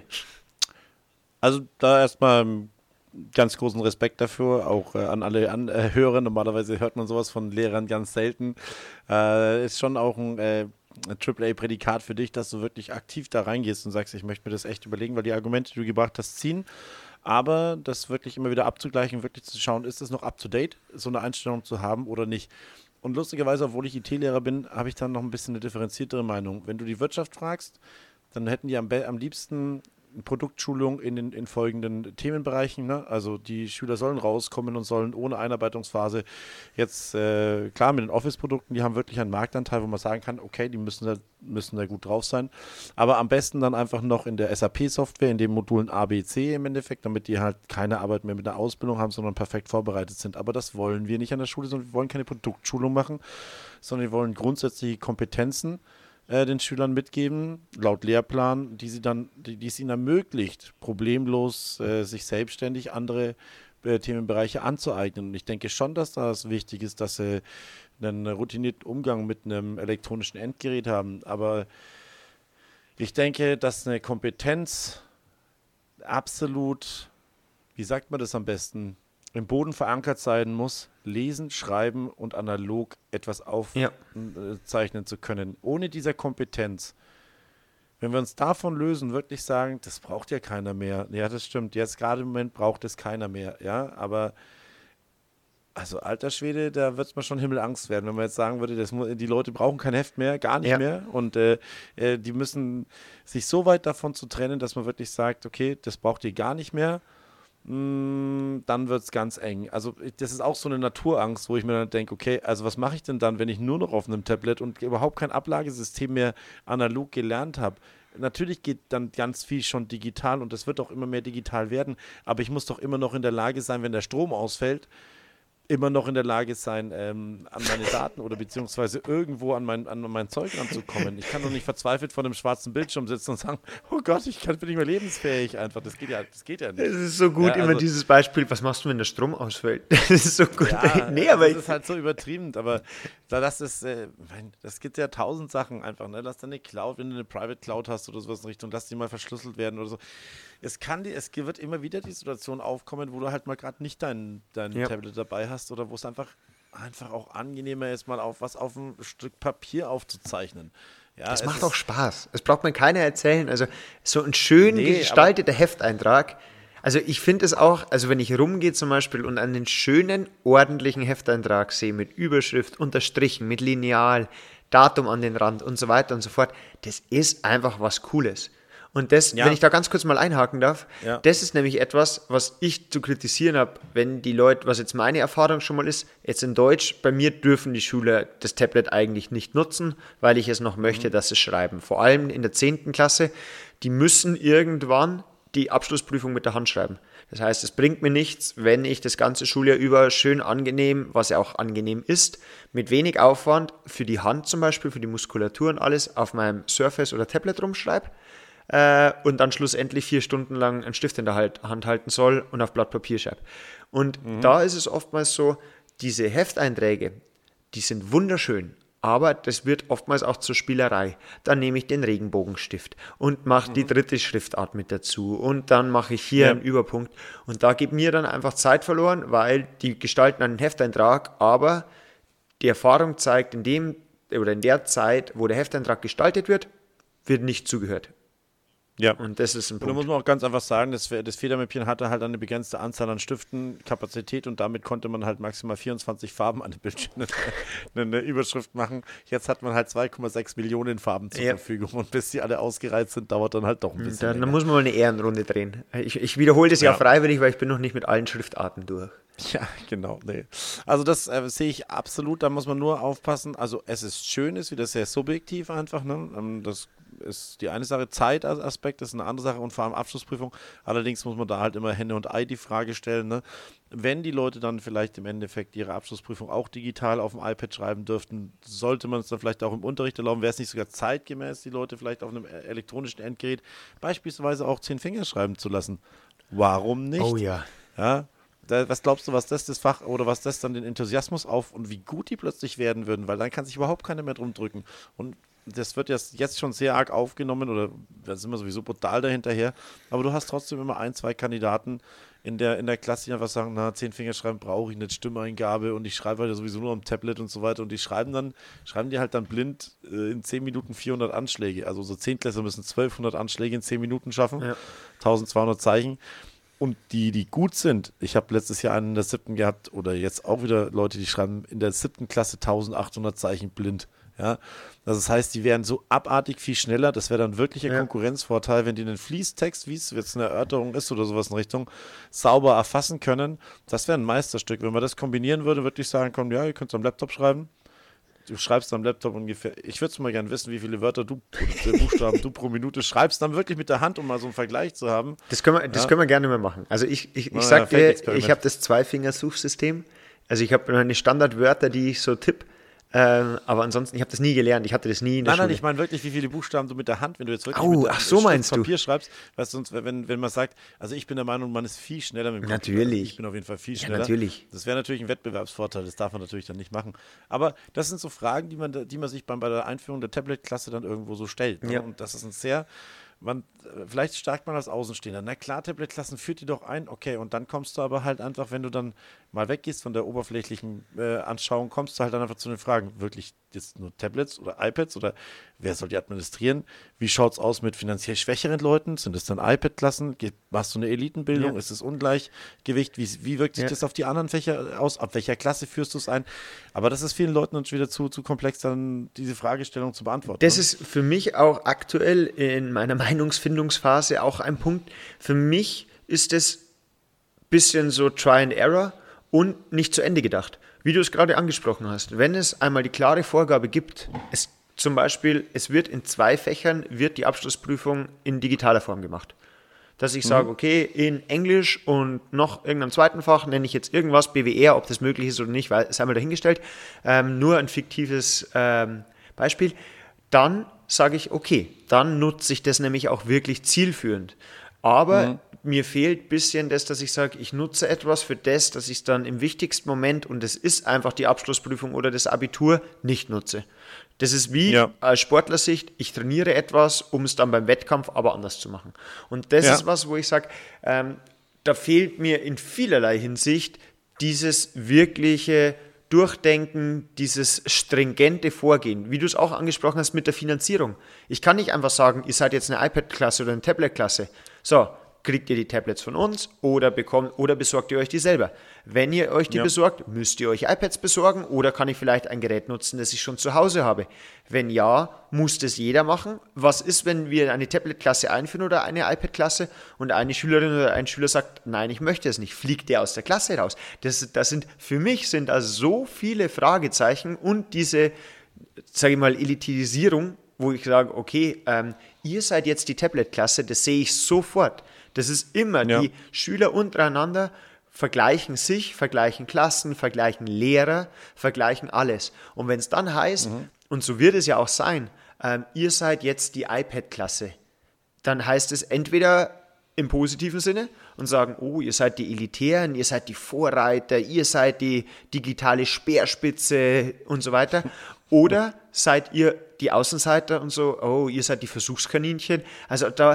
Also da erstmal ganz großen Respekt dafür, auch an alle Hörer. Normalerweise hört man sowas von Lehrern ganz selten. Ist schon auch ein AAA-Prädikat für dich, dass du wirklich aktiv da reingehst und sagst, ich möchte mir das echt überlegen, weil die Argumente, die du gebracht hast, ziehen. Aber das wirklich immer wieder abzugleichen, wirklich zu schauen, ist es noch up-to-date, so eine Einstellung zu haben oder nicht. Und lustigerweise, obwohl ich IT-Lehrer bin, habe ich dann noch ein bisschen eine differenziertere Meinung. Wenn du die Wirtschaft fragst, dann hätten die am liebsten Produktschulung in folgenden Themenbereichen. Ne? Also die Schüler sollen rauskommen und sollen ohne Einarbeitungsphase jetzt, klar mit den Office-Produkten, die haben wirklich einen Marktanteil, wo man sagen kann, okay, die müssen da gut drauf sein. Aber am besten dann einfach noch in der SAP-Software, in den Modulen A, B, C im Endeffekt, damit die halt keine Arbeit mehr mit der Ausbildung haben, sondern perfekt vorbereitet sind. Aber das wollen wir nicht an der Schule, sondern wir wollen keine Produktschulung machen, sondern wir wollen grundsätzliche Kompetenzen den Schülern mitgeben, laut Lehrplan, die es ihnen ermöglicht, problemlos sich selbstständig andere Themenbereiche anzueignen. Und ich denke schon, dass das wichtig ist, dass sie einen routinierten Umgang mit einem elektronischen Endgerät haben. Aber ich denke, dass eine Kompetenz absolut, wie sagt man das am besten, im Boden verankert sein muss, lesen, schreiben und analog etwas aufzeichnen zu können. Ohne dieser Kompetenz, wenn wir uns davon lösen, wirklich sagen, das braucht ja keiner mehr. Ja, das stimmt. Jetzt gerade im Moment braucht es keiner mehr. Ja, aber also alter Schwede, da wird es mir schon Himmelangst werden, wenn man jetzt sagen würde, die Leute brauchen kein Heft mehr, gar nicht mehr. Und die müssen sich so weit davon zu trennen, dass man wirklich sagt, okay, das braucht ihr gar nicht mehr. Dann wird es ganz eng. Also das ist auch so eine Naturangst, wo ich mir dann denke, okay, also was mache ich denn dann, wenn ich nur noch auf einem Tablet und überhaupt kein Ablagesystem mehr analog gelernt habe? Natürlich geht dann ganz viel schon digital und es wird auch immer mehr digital werden, aber ich muss doch immer noch in der Lage sein, wenn der Strom ausfällt, immer noch in der Lage sein, an meine Daten oder beziehungsweise irgendwo an mein Zeug ranzukommen. Ich kann doch nicht verzweifelt vor einem schwarzen Bildschirm sitzen und sagen, oh Gott, bin nicht mehr lebensfähig einfach. Das geht ja nicht. Es ist so gut, immer dieses Beispiel, was machst du, wenn der Strom ausfällt? Das ist so gut. Ja, aber das ist halt so übertrieben, aber das gibt ja 1000 Sachen einfach. Ne? Lass deine Cloud, wenn du eine Private Cloud hast oder sowas in Richtung, lass die mal verschlüsselt werden oder so. Es wird immer wieder die Situation aufkommen, wo du halt mal gerade nicht dein Tablet dabei hast oder wo es einfach auch angenehmer ist, mal auf ein Stück Papier aufzuzeichnen. Ja, das macht auch Spaß. Es braucht mir keiner erzählen. Also so ein schön gestalteter Hefteintrag. Also ich finde es auch, also wenn ich rumgehe zum Beispiel und einen schönen, ordentlichen Hefteintrag sehe mit Überschrift, Unterstrichen, mit Lineal, Datum an den Rand und so weiter und so fort, das ist einfach was Cooles. Und das, wenn ich da ganz kurz mal einhaken darf, das ist nämlich etwas, was ich zu kritisieren habe, wenn die Leute, was jetzt meine Erfahrung schon mal ist, jetzt in Deutsch, bei mir dürfen die Schüler das Tablet eigentlich nicht nutzen, weil ich es noch möchte, dass sie schreiben. Vor allem in der 10. Klasse, die müssen irgendwann die Abschlussprüfung mit der Hand schreiben. Das heißt, es bringt mir nichts, wenn ich das ganze Schuljahr über schön angenehm, was ja auch angenehm ist, mit wenig Aufwand für die Hand zum Beispiel, für die Muskulatur und alles auf meinem Surface oder Tablet rumschreibe. Und dann schlussendlich 4 Stunden lang einen Stift in der Hand halten soll und auf Blatt Papier schreibe. Und da ist es oftmals so, diese Hefteinträge, die sind wunderschön, aber das wird oftmals auch zur Spielerei. Dann nehme ich den Regenbogenstift und mache die 3. Schriftart mit dazu und dann mache ich hier einen Überpunkt und da geht mir dann einfach Zeit verloren, weil die gestalten einen Hefteintrag, aber die Erfahrung zeigt, in der Zeit, wo der Hefteintrag gestaltet wird nicht zugehört. Ja. Und das ist ein Und da Punkt. muss man auch ganz einfach sagen, das Federmäppchen hatte halt eine begrenzte Anzahl an Stiften, Kapazität und damit konnte man halt maximal 24 Farben an dem Bildschirm eine Überschrift machen. Jetzt hat man halt 2,6 Millionen Farben zur Verfügung und bis die alle ausgereizt sind, dauert dann halt doch ein bisschen Dann länger. muss man mal eine Ehrenrunde drehen. Ich wiederhole das ja freiwillig, weil ich bin noch nicht mit allen Schriftarten durch. Ja, genau. Nee. Also das sehe ich absolut, da muss man nur aufpassen. Also es ist schön, ist wieder sehr subjektiv einfach. Ne? Das ist die eine Sache. Zeitaspekt ist eine andere Sache und vor allem Abschlussprüfung. Allerdings muss man da halt immer Henne und Ei die Frage stellen. Ne? Wenn die Leute dann vielleicht im Endeffekt ihre Abschlussprüfung auch digital auf dem iPad schreiben dürften, sollte man es dann vielleicht auch im Unterricht erlauben. Wäre es nicht sogar zeitgemäß, die Leute vielleicht auf einem elektronischen Endgerät beispielsweise auch 10 Finger schreiben zu lassen? Warum nicht? Oh ja. Ja. Was glaubst du, was das Fach oder was das dann den Enthusiasmus auf und wie gut die plötzlich werden würden, weil dann kann sich überhaupt keiner mehr drum drücken. Und das wird jetzt schon sehr arg aufgenommen oder da sind wir sowieso brutal dahinterher, aber du hast trotzdem immer 1, 2 Kandidaten in der Klasse, die einfach sagen, 10 Finger schreiben brauche ich nicht, Stimmeingabe und ich schreibe halt sowieso nur am Tablet und so weiter und die schreiben die halt dann blind in 10 Minuten 400 Anschläge, also so 10-Klässler müssen 1200 Anschläge in 10 Minuten schaffen, 1200 Zeichen. Und die gut sind, ich habe letztes Jahr einen in der 7. gehabt oder jetzt auch wieder Leute, die schreiben in der 7. Klasse 1800 Zeichen blind. Ja? Das heißt, die wären so abartig viel schneller, das wäre dann wirklich ein Konkurrenzvorteil, wenn die einen Fließtext, wie es jetzt eine Erörterung ist oder sowas in Richtung, sauber erfassen können. Das wäre ein Meisterstück. Wenn man das kombinieren würde, würde ich sagen, komm, ja, ihr könnt es am Laptop schreiben. Du schreibst am Laptop ungefähr, ich würde es mal gerne wissen, wie viele Wörter Buchstaben du pro Minute schreibst, dann wirklich mit der Hand, um mal so einen Vergleich zu haben. Das können wir gerne mal machen. Also ich sag dir, ich habe das Zweifinger-Suchsystem. Also ich habe meine Standardwörter, die ich so tippe. Aber ansonsten, ich habe das nie gelernt. Ich hatte das nie in der Schule. Nein, ich meine wirklich, wie viele Buchstaben du mit der Hand, wenn du jetzt wirklich mit Papier schreibst, weißt du, wenn man sagt, also ich bin der Meinung, man ist viel schneller mit dem Computer. Natürlich. Ich bin auf jeden Fall viel schneller. Ja, natürlich. Das wäre natürlich ein Wettbewerbsvorteil, das darf man natürlich dann nicht machen. Aber das sind so Fragen, die man sich bei der Einführung der Tablet-Klasse dann irgendwo so stellt. Ne? Ja. Und das ist ein sehr... vielleicht stark man als Außenstehender. Na klar, Tablet-Klassen führt die doch ein, okay, und dann kommst du aber halt einfach, wenn du dann mal weggehst von der oberflächlichen Anschauung, kommst du halt dann einfach zu den Fragen, wirklich jetzt nur Tablets oder iPads oder wer soll die administrieren? Wie schaut es aus mit finanziell schwächeren Leuten? Sind es dann iPad-Klassen? Machst du eine Elitenbildung? Ja. Ist es Ungleichgewicht? Wie wirkt sich das auf die anderen Fächer aus? Ab welcher Klasse führst du es ein? Aber das ist vielen Leuten dann schon wieder zu komplex, dann diese Fragestellung zu beantworten. Das ist für mich auch aktuell in meiner Meinungsfindungsphase auch ein Punkt. Für mich ist es ein bisschen so Try and Error und nicht zu Ende gedacht. Wie du es gerade angesprochen hast, wenn es einmal die klare Vorgabe gibt, zum Beispiel, es wird in 2 Fächern die Abschlussprüfung in digitaler Form gemacht. Dass ich sage, okay, in Englisch und noch irgendeinem zweiten Fach nenne ich jetzt irgendwas, BWR, ob das möglich ist oder nicht, weil es einmal dahingestellt, nur ein fiktives Beispiel, dann sage ich, okay, dann nutze ich das nämlich auch wirklich zielführend. Aber mir fehlt ein bisschen das, dass ich sage, ich nutze etwas für das, dass ich es dann im wichtigsten Moment, und das ist einfach die Abschlussprüfung oder das Abitur, nicht nutze. Das ist wie als Sportlersicht, ich trainiere etwas, um es dann beim Wettkampf aber anders zu machen. Und das ist was, wo ich sage, da fehlt mir in vielerlei Hinsicht dieses wirkliche Durchdenken, dieses stringente Vorgehen, wie du es auch angesprochen hast mit der Finanzierung. Ich kann nicht einfach sagen, ihr seid jetzt eine iPad-Klasse oder eine Tablet-Klasse. So, kriegt ihr die Tablets von uns oder besorgt ihr euch die selber. Wenn ihr euch die besorgt, müsst ihr euch iPads besorgen oder kann ich vielleicht ein Gerät nutzen, das ich schon zu Hause habe? Wenn ja, muss das jeder machen? Was ist, wenn wir eine Tablet-Klasse einführen oder eine iPad-Klasse und eine Schülerin oder ein Schüler sagt, nein, ich möchte es nicht, fliegt der aus der Klasse raus? Für mich sind also so viele Fragezeichen und diese, sage ich mal, Elitisierung, wo ich sage, okay, ihr seid jetzt die Tablet-Klasse, das sehe ich sofort. Das ist immer, die Schüler untereinander vergleichen sich, vergleichen Klassen, vergleichen Lehrer, vergleichen alles. Und wenn es dann heißt, und so wird es ja auch sein, ihr seid jetzt die iPad-Klasse, dann heißt es entweder im positiven Sinne und sagen, oh, ihr seid die Elitären, ihr seid die Vorreiter, ihr seid die digitale Speerspitze und so weiter. Oder seid ihr die Außenseiter und so, oh, ihr seid die Versuchskaninchen. Also da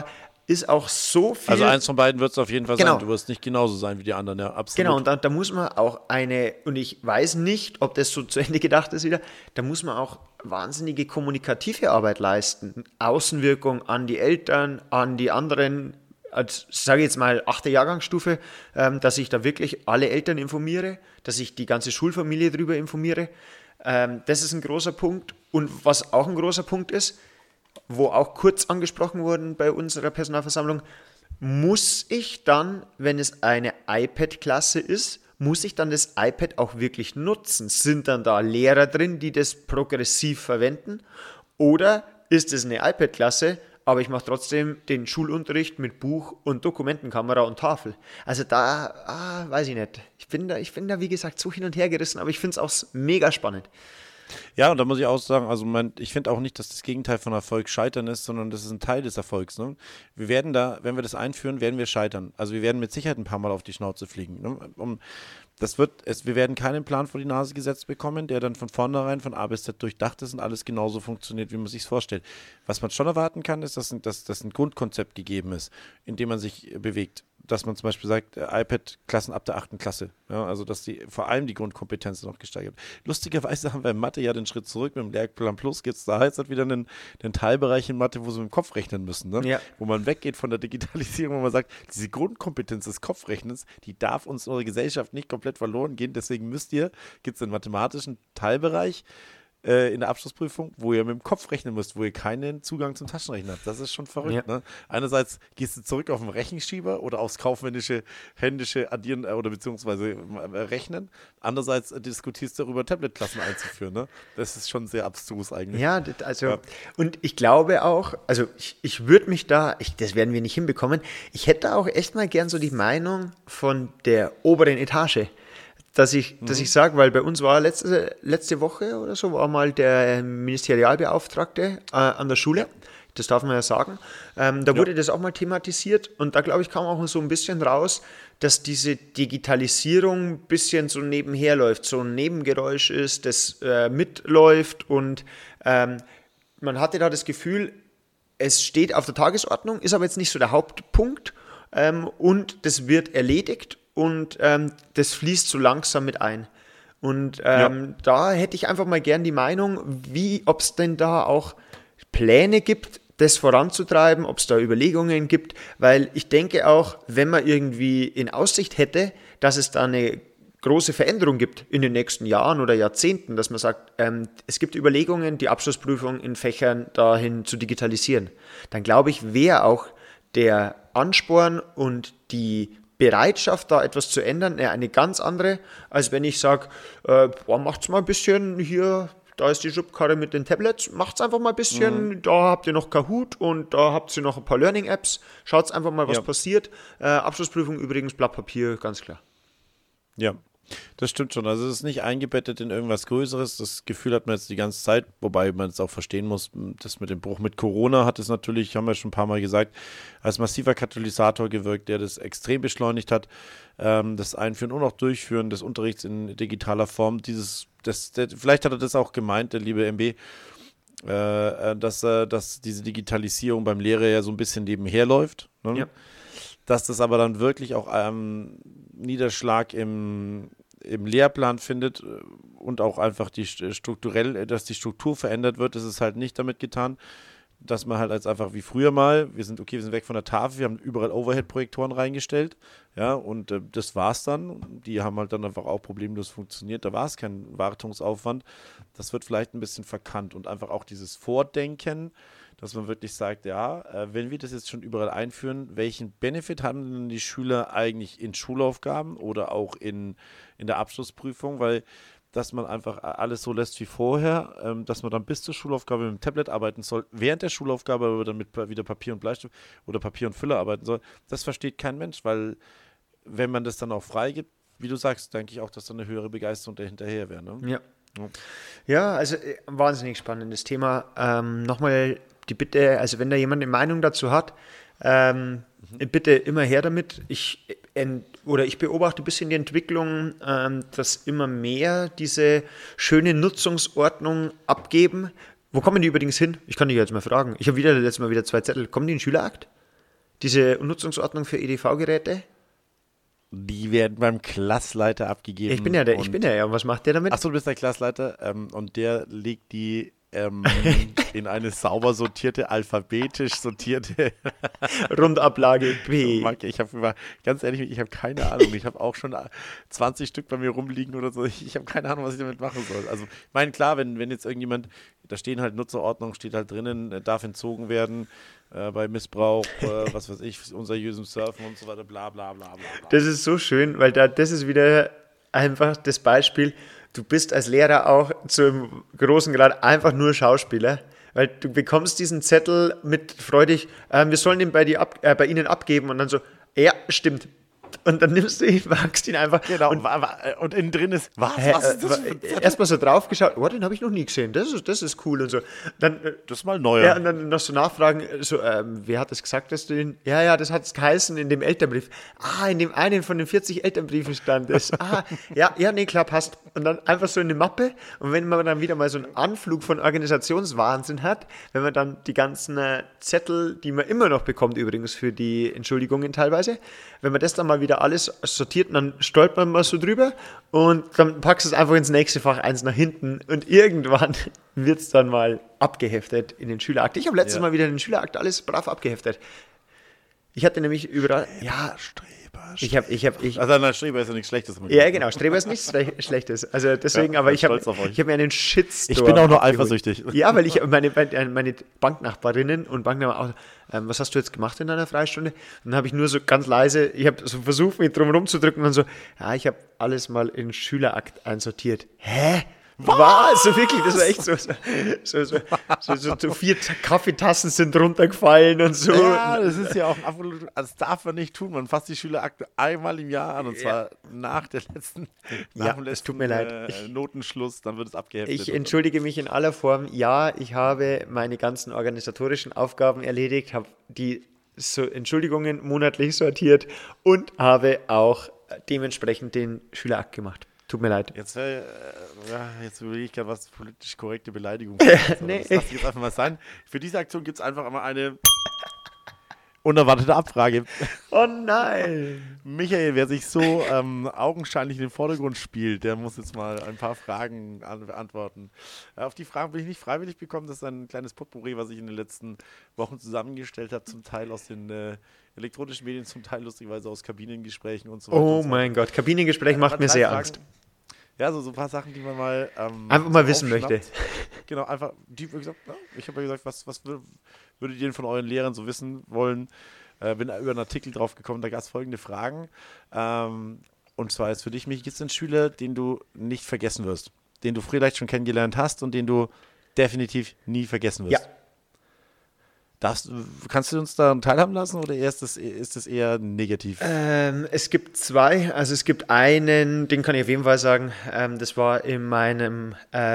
ist auch so viel. Also eins von beiden wird es auf jeden Fall Genau. sein. Du wirst nicht genauso sein wie die anderen, ja, absolut. Genau, und da muss man auch und ich weiß nicht, ob das so zu Ende gedacht ist wieder, da muss man auch wahnsinnige kommunikative Arbeit leisten. Außenwirkung an die Eltern, an die anderen, sage ich jetzt mal 8. Jahrgangsstufe, dass ich da wirklich alle Eltern informiere, dass ich die ganze Schulfamilie darüber informiere. Das ist ein großer Punkt. Und was auch ein großer Punkt ist, wo auch kurz angesprochen wurden bei unserer Personalversammlung, muss ich dann, wenn es eine iPad-Klasse ist, muss ich dann das iPad auch wirklich nutzen? Sind dann da Lehrer drin, die das progressiv verwenden? Oder ist es eine iPad-Klasse, aber ich mache trotzdem den Schulunterricht mit Buch und Dokumentenkamera und Tafel? Also da, weiß ich nicht. Ich bin da, wie gesagt, so hin und her gerissen, aber ich finde es auch mega spannend. Ja, und da muss ich auch sagen, also ich finde auch nicht, dass das Gegenteil von Erfolg Scheitern ist, sondern das ist ein Teil des Erfolgs. Ne? Wir werden wenn wir das einführen, werden wir scheitern. Also wir werden mit Sicherheit ein paar Mal auf die Schnauze fliegen. Ne? Wir werden keinen Plan vor die Nase gesetzt bekommen, der dann von vornherein von A bis Z durchdacht ist und alles genauso funktioniert, wie man sich vorstellt. Was man schon erwarten kann, ist, dass ein Grundkonzept gegeben ist, in dem man sich bewegt. Dass man zum Beispiel sagt, iPad-Klassen ab der 8. Klasse. Ja, also, dass vor allem die Grundkompetenz noch gesteigert wird. Lustigerweise haben wir in Mathe ja den Schritt zurück. Mit dem Lehrplan Plus gibt es da jetzt wieder einen Teilbereich in Mathe, wo sie mit dem Kopf rechnen müssen. Ne? Ja. Wo man weggeht von der Digitalisierung, wo man sagt, diese Grundkompetenz des Kopfrechnens, die darf uns in unserer Gesellschaft nicht komplett verloren gehen. Deswegen gibt es einen mathematischen Teilbereich in der Abschlussprüfung, wo ihr mit dem Kopf rechnen müsst, wo ihr keinen Zugang zum Taschenrechner habt. Das ist schon verrückt. Ja. Ne? Einerseits gehst du zurück auf den Rechenschieber oder aufs kaufmännische, händische Addieren oder beziehungsweise Rechnen. Andererseits diskutierst du darüber, Tablet-Klassen einzuführen. Ne? Das ist schon sehr abstrus eigentlich. Ja, und ich glaube auch, also ich würde mich das werden wir nicht hinbekommen, ich hätte auch echt mal gern so die Meinung von der oberen Etage. Dass ich sage, weil bei uns war letzte Woche oder so, war mal der Ministerialbeauftragte an der Schule, das darf man ja sagen, da wurde das auch mal thematisiert und da, glaube ich, kam auch so ein bisschen raus, dass diese Digitalisierung ein bisschen so nebenher läuft, so ein Nebengeräusch ist, das mitläuft und man hatte da das Gefühl, es steht auf der Tagesordnung, ist aber jetzt nicht so der Hauptpunkt und das wird erledigt. Und das fließt so langsam mit ein. Und da hätte ich einfach mal gern die Meinung, ob es denn da auch Pläne gibt, das voranzutreiben, ob es da Überlegungen gibt. Weil ich denke auch, wenn man irgendwie in Aussicht hätte, dass es da eine große Veränderung gibt in den nächsten Jahren oder Jahrzehnten, dass man sagt, es gibt Überlegungen, die Abschlussprüfung in Fächern dahin zu digitalisieren, dann glaube ich, wäre auch der Ansporn und die Bereitschaft, da etwas zu ändern, eine ganz andere, als wenn ich sage, macht's mal ein bisschen hier, da ist die Schubkarre mit den Tablets, macht's einfach mal ein bisschen, da habt ihr noch Kahoot und da habt ihr noch ein paar Learning-Apps, schaut's einfach mal, was passiert. Abschlussprüfung übrigens, Blatt Papier, ganz klar. Ja, das stimmt schon. Also es ist nicht eingebettet in irgendwas Größeres. Das Gefühl hat man jetzt die ganze Zeit, wobei man es auch verstehen muss, das mit dem Bruch mit Corona hat es natürlich, haben wir schon ein paar Mal gesagt, als massiver Katalysator gewirkt, der das extrem beschleunigt hat. Das Einführen und auch Durchführen des Unterrichts in digitaler Form. Vielleicht hat er das auch gemeint, der liebe MB, dass diese Digitalisierung beim Lehrer ja so ein bisschen nebenher läuft. Ne? Ja. Dass das aber dann wirklich auch Niederschlag im Lehrplan findet und auch einfach dass die Struktur verändert wird, ist es halt nicht damit getan, dass man halt als einfach wie früher mal, wir sind weg von der Tafel, wir haben überall Overhead-Projektoren reingestellt, ja, und das war's dann. Die haben halt dann einfach auch problemlos funktioniert, da war es kein Wartungsaufwand. Das wird vielleicht ein bisschen verkannt und einfach auch dieses Vordenken, dass man wirklich sagt, ja, wenn wir das jetzt schon überall einführen, welchen Benefit haben denn die Schüler eigentlich in Schulaufgaben oder auch in der Abschlussprüfung, weil dass man einfach alles so lässt wie vorher, dass man dann bis zur Schulaufgabe mit dem Tablet arbeiten soll, während der Schulaufgabe aber dann mit wieder Papier und Bleistift oder Papier und Füller arbeiten soll, das versteht kein Mensch, weil wenn man das dann auch freigibt, wie du sagst, denke ich auch, dass da eine höhere Begeisterung dahinterher wäre. Ne? Ja, also ein wahnsinnig spannendes Thema. Nochmal die Bitte, also wenn da jemand eine Meinung dazu hat, bitte immer her damit. Ich beobachte ein bisschen die Entwicklung, dass immer mehr diese schöne Nutzungsordnung abgeben. Wo kommen die übrigens hin? Ich kann dich jetzt mal fragen. Ich habe letztes Mal wieder 2 Zettel. Kommen die in den Schülerakt? Diese Nutzungsordnung für EDV-Geräte? Die werden beim Klassleiter abgegeben. Ja, ich bin ja. Und was macht der damit? Achso, du bist der Klassleiter und der legt die in eine sauber sortierte, alphabetisch sortierte Rundablage B. Marke. Ganz ehrlich, ich habe keine Ahnung. Ich habe auch schon 20 Stück bei mir rumliegen oder so. Ich habe keine Ahnung, was ich damit machen soll. Also, ich meine, klar, wenn jetzt irgendjemand, da stehen halt Nutzerordnung, steht halt drinnen, darf entzogen werden bei Missbrauch, was weiß ich, unseriösem Surfen und so weiter, bla bla bla bla. Das ist so schön, weil das ist wieder einfach das Beispiel. Du bist als Lehrer auch zum großen Grad einfach nur Schauspieler, weil du bekommst diesen Zettel mit freudig, wir sollen ihn bei Ihnen abgeben und dann so, ja, stimmt. Und dann nimmst du ihn, wagst ihn einfach. Genau, und innen drin ist, was ist das? Erstmal so drauf geschaut, oh, den habe ich noch nie gesehen, das ist cool und so. Dann, das ist mal neuer. Ja, und dann noch so nachfragen, so, wer hat das gesagt, dass du den, ja, das hat es geheißen in dem Elternbrief. In dem einen von den 40 Elternbriefen stand das. Nee, klar, passt. Und dann einfach so in eine Mappe und wenn man dann wieder mal so einen Anflug von Organisationswahnsinn hat, wenn man dann die ganzen Zettel, die man immer noch bekommt übrigens für die Entschuldigungen teilweise, wenn man das dann mal wieder alles sortiert und dann stolpert man mal so drüber und dann packst du es einfach ins nächste Fach eins nach hinten und irgendwann wird es dann mal abgeheftet in den Schülerakt. Ich habe letztes Mal wieder in den Schülerakt alles brav abgeheftet. Ich hatte nämlich überall... Ja, Streber. Also nein, Streber ist ja nichts Schlechtes. Ja, genau, Streber ist nichts Schlechtes. Also deswegen, aber ich habe mir einen Shitstorm. Ich bin auch nur abgeholt. Eifersüchtig. Ja, weil ich meine Banknachbarinnen und Banknachbarn auch, was hast du jetzt gemacht in deiner Freistunde? Und dann habe ich nur so ganz leise, ich habe so versucht, mich drum rumzudrücken und dann so, ich habe alles mal in Schülerakt einsortiert. Hä? Was? So wirklich, das war echt so 4 Kaffeetassen sind runtergefallen und so. Ja, das ist ja auch absolut, das darf man nicht tun. Man fasst die Schülerakte einmal im Jahr an und zwar nach dem letzten es tut mir leid. Notenschluss, dann wird es abgeheftet. Ich entschuldige mich in aller Form. Ja, ich habe meine ganzen organisatorischen Aufgaben erledigt, habe die Entschuldigungen monatlich sortiert und habe auch dementsprechend den Schülerakt gemacht. Tut mir leid. Jetzt überlege ich gerade, was politisch korrekte Beleidigung Nee. Das lasse ich jetzt einfach mal sein. Für diese Aktion gibt es einfach immer eine unerwartete Abfrage. Oh nein! Michael, wer sich so augenscheinlich in den Vordergrund spielt, der muss jetzt mal ein paar Fragen beantworten. Auf die Fragen bin ich nicht freiwillig bekommen. Das ist ein kleines Potpourri, was ich in den letzten Wochen zusammengestellt habe, zum Teil aus den elektronischen Medien, zum Teil lustigerweise aus Kabinengesprächen und so weiter. Oh mein Gott, Kabinengespräch macht mir sehr Angst. Ja, so ein paar Sachen, die man mal einfach mal wissen möchte. Genau, einfach, ich habe ja gesagt, was würdet ihr denn von euren Lehrern so wissen wollen? Bin über einen Artikel drauf gekommen, da gab es folgende Fragen. Und zwar ist für dich, Michi, gibt es einen Schüler, den du nicht vergessen wirst? Den du vielleicht schon kennengelernt hast und den du definitiv nie vergessen wirst? Ja. Kannst du uns daran teilhaben lassen oder ist das eher negativ? Es gibt 2. Also es gibt einen, den kann ich auf jeden Fall sagen, das war in meinem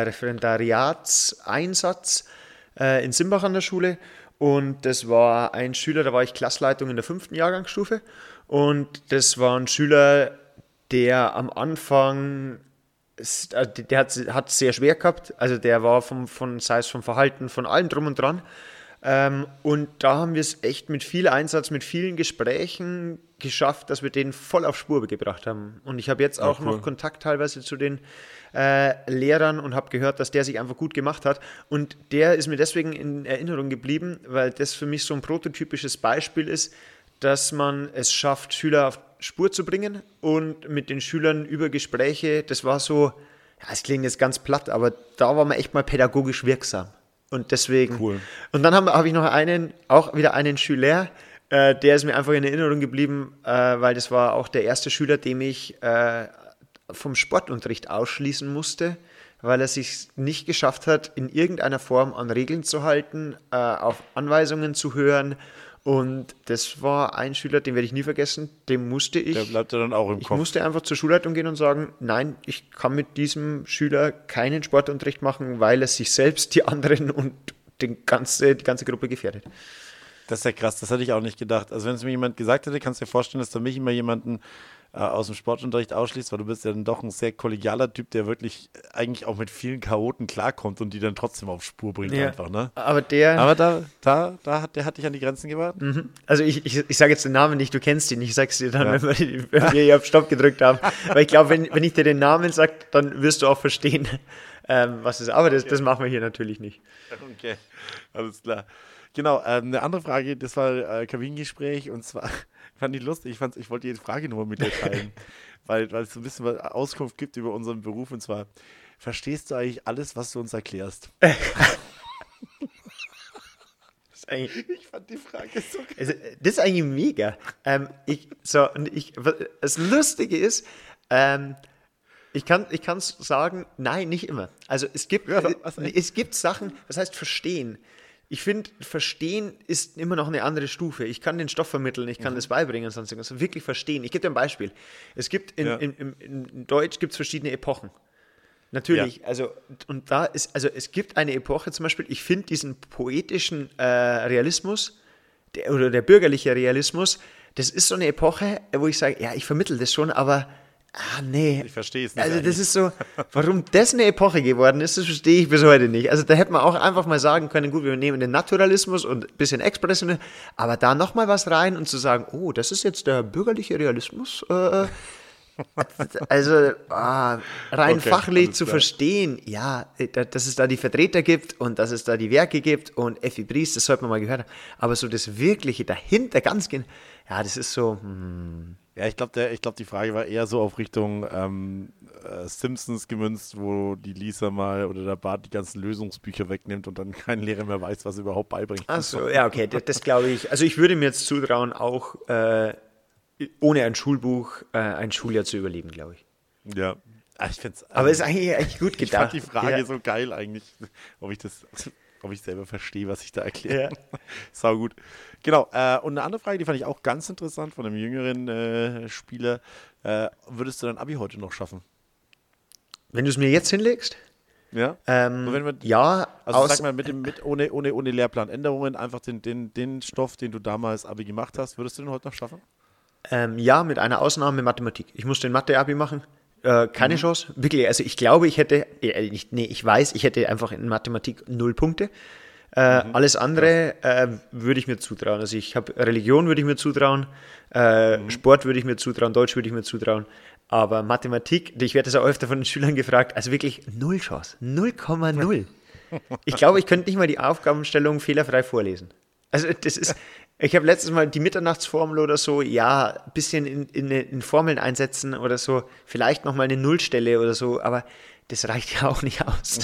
Referendariatseinsatz in Simbach an der Schule. Und das war ein Schüler, da war ich Klassleitung in der 5. Jahrgangsstufe. Und das war ein Schüler, der am Anfang, der hat sehr schwer gehabt. Also der war sei es vom Verhalten, von allem drum und dran. Und da haben wir es echt mit viel Einsatz, mit vielen Gesprächen geschafft, dass wir den voll auf Spur gebracht haben. Und ich habe jetzt auch noch Kontakt teilweise zu den Lehrern und habe gehört, dass der sich einfach gut gemacht hat. Und der ist mir deswegen in Erinnerung geblieben, weil das für mich so ein prototypisches Beispiel ist, dass man es schafft, Schüler auf Spur zu bringen und mit den Schülern über Gespräche, das war so, es klingt jetzt ganz platt, aber da war man echt mal pädagogisch wirksam. Und deswegen. Cool. Und dann habe ich noch einen Schüler, der ist mir einfach in Erinnerung geblieben, weil das war auch der erste Schüler, dem ich vom Sportunterricht ausschließen musste, weil er sich nicht geschafft hat, in irgendeiner Form an Regeln zu halten, auf Anweisungen zu hören. Und das war ein Schüler, den werde ich nie vergessen, der bleibt ja dann auch im Kopf. Ich musste einfach zur Schulleitung gehen und sagen, nein, ich kann mit diesem Schüler keinen Sportunterricht machen, weil er sich selbst, die anderen und die ganze Gruppe gefährdet. Das ist ja krass, das hätte ich auch nicht gedacht. Also wenn es mir jemand gesagt hätte, kannst du dir vorstellen, dass du mich immer jemanden aus dem Sportunterricht ausschließt, weil du bist ja dann doch ein sehr kollegialer Typ, der wirklich eigentlich auch mit vielen Chaoten klarkommt und die dann trotzdem auf Spur bringt einfach, ne? Aber der hat dich an die Grenzen gebracht? Also ich sage jetzt den Namen nicht, du kennst ihn, ich sag's dir dann, wenn wir hier auf Stopp gedrückt haben. Weil ich glaube, wenn ich dir den Namen sage, dann wirst du auch verstehen, was es ist. Aber das machen wir hier natürlich nicht. Okay, alles klar. Genau, eine andere Frage, das war Kabinengespräch und zwar fand ich lustig, ich wollte die Frage nur mit dir teilen, weil es so ein bisschen Auskunft gibt über unseren Beruf und zwar, verstehst du eigentlich alles, was du uns erklärst? Ich fand die Frage so geil. Also, das ist eigentlich mega. Das Lustige ist, ich kann sagen, nein, nicht immer. Also es gibt Sachen, das heißt verstehen. Ich finde, verstehen ist immer noch eine andere Stufe. Ich kann den Stoff vermitteln, ich kann das beibringen und sonst irgendwas. Also wirklich verstehen. Ich gebe dir ein Beispiel. Es gibt in Deutsch gibt es verschiedene Epochen. Natürlich, es gibt eine Epoche zum Beispiel, ich finde diesen poetischen Realismus oder der bürgerliche Realismus, das ist so eine Epoche, wo ich sage, ja, ich vermittle das schon, aber nee. Ich verstehe es nicht. Also das ist so, warum das eine Epoche geworden ist, das verstehe ich bis heute nicht. Also da hätte man auch einfach mal sagen können, gut, wir nehmen den Naturalismus und ein bisschen Expressionismus, aber da nochmal was rein und zu sagen, oh, das ist jetzt der bürgerliche Realismus, also rein fachlich zu verstehen, ja, dass es da die Vertreter gibt und dass es da die Werke gibt und Effi Briest, das sollte man mal gehört haben, aber so das Wirkliche dahinter, ganz genau, ja, das ist so, Ja, ich glaube, die Frage war eher so auf Richtung Simpsons gemünzt, wo die Lisa mal oder der Bart die ganzen Lösungsbücher wegnimmt und dann kein Lehrer mehr weiß, was er überhaupt beibringt. Ach so, ja, okay, das glaube ich. Also ich würde mir jetzt zutrauen, auch ohne ein Schulbuch ein Schuljahr zu überleben, glaube ich. Ja, ich finde es. Aber ist eigentlich gut gedacht. Ich fand die Frage so geil eigentlich, ob ich selber verstehe, was ich da erkläre. Ja. Sau gut. Genau, und eine andere Frage, die fand ich auch ganz interessant von einem jüngeren Spieler. Würdest du dein Abi heute noch schaffen? Wenn du es mir jetzt hinlegst? Ja. Ja. Also sag mal, ohne Lehrplanänderungen, einfach den Stoff, den du damals Abi gemacht hast, würdest du den heute noch schaffen? Ja, mit einer Ausnahme Mathematik. Ich musste in Mathe-Abi machen. Keine Chance. Wirklich, also ich glaube, ich hätte einfach in Mathematik 0 Punkte. Alles andere würde ich mir zutrauen. Also ich habe Religion würde ich mir zutrauen, Sport würde ich mir zutrauen, Deutsch würde ich mir zutrauen. Aber Mathematik, ich werde das auch öfter von den Schülern gefragt, also wirklich 0 Chance, 0,0. Ich glaube, ich könnte nicht mal die Aufgabenstellung fehlerfrei vorlesen. Also das ist, ich habe letztes Mal die Mitternachtsformel oder so, ja, ein bisschen in Formeln einsetzen oder so, vielleicht nochmal eine Nullstelle oder so, aber das reicht ja auch nicht aus.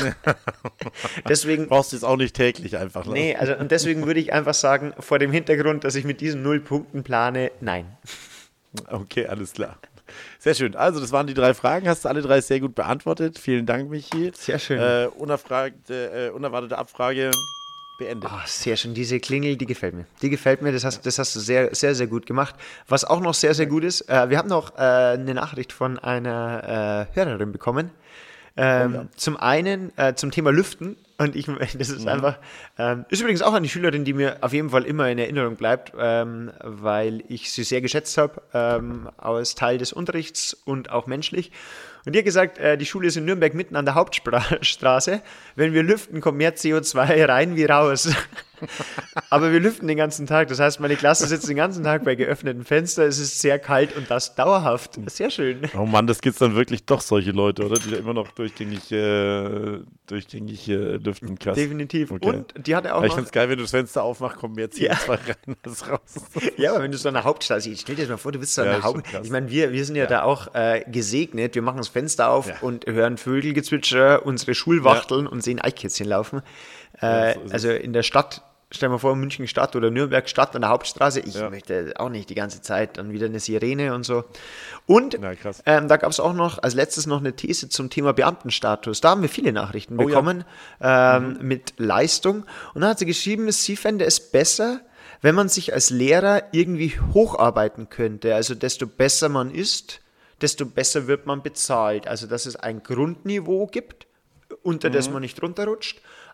Deswegen brauchst du es auch nicht täglich einfach. Ne? Nee, also und deswegen würde ich einfach sagen, vor dem Hintergrund, dass ich mit diesen 0 Punkten plane, nein. Okay, alles klar. Sehr schön. Also, das waren die 3 Fragen. Hast du alle 3 sehr gut beantwortet. Vielen Dank, Michi. Sehr schön. Unerwartete Abfrage beendet. Oh, sehr schön. Diese Klingel, die gefällt mir. Die gefällt mir. Das hast du sehr, sehr, sehr gut gemacht. Was auch noch sehr, sehr gut ist, wir haben noch eine Nachricht von einer Hörerin bekommen. Zum einen zum Thema Lüften und das ist einfach, ist übrigens auch eine Schülerin, die mir auf jeden Fall immer in Erinnerung bleibt, weil ich sie sehr geschätzt habe, als Teil des Unterrichts und auch menschlich. Und die hat gesagt, die Schule ist in Nürnberg mitten an der Hauptstraße. Wenn wir lüften, kommt mehr CO2 rein wie raus. Aber wir lüften den ganzen Tag. Das heißt, meine Klasse sitzt den ganzen Tag bei geöffneten Fenstern. Es ist sehr kalt und das dauerhaft. Sehr schön. Oh Mann, das gibt es dann wirklich doch solche Leute, oder? Die da immer noch durchgängig lüften. Krass. Definitiv. Okay. Und die hatte auch ich finde es geil, wenn du das Fenster aufmachst, kommt mehr CO2 rein als raus. Ja, aber wenn du so an der Hauptstraße, stell dir das mal vor, du bist so an der Hauptstraße. Ich meine, wir sind ja da auch gesegnet. Wir machen das Fenster auf und hören Vögelgezwitscher, unsere Schulwachteln und sehen Eichkätzchen laufen. Also in der Stadt, stell dir mal vor, München Stadt oder Nürnberg Stadt an der Hauptstraße, ich möchte auch nicht die ganze Zeit dann wieder eine Sirene und so. Und da gab es auch noch als letztes noch eine These zum Thema Beamtenstatus. Da haben wir viele Nachrichten bekommen mit Leistung. Und dann hat sie geschrieben, sie fände es besser, wenn man sich als Lehrer irgendwie hocharbeiten könnte. Also desto besser man ist, desto besser wird man bezahlt. Also dass es ein Grundniveau gibt, unter das man nicht runterrutscht,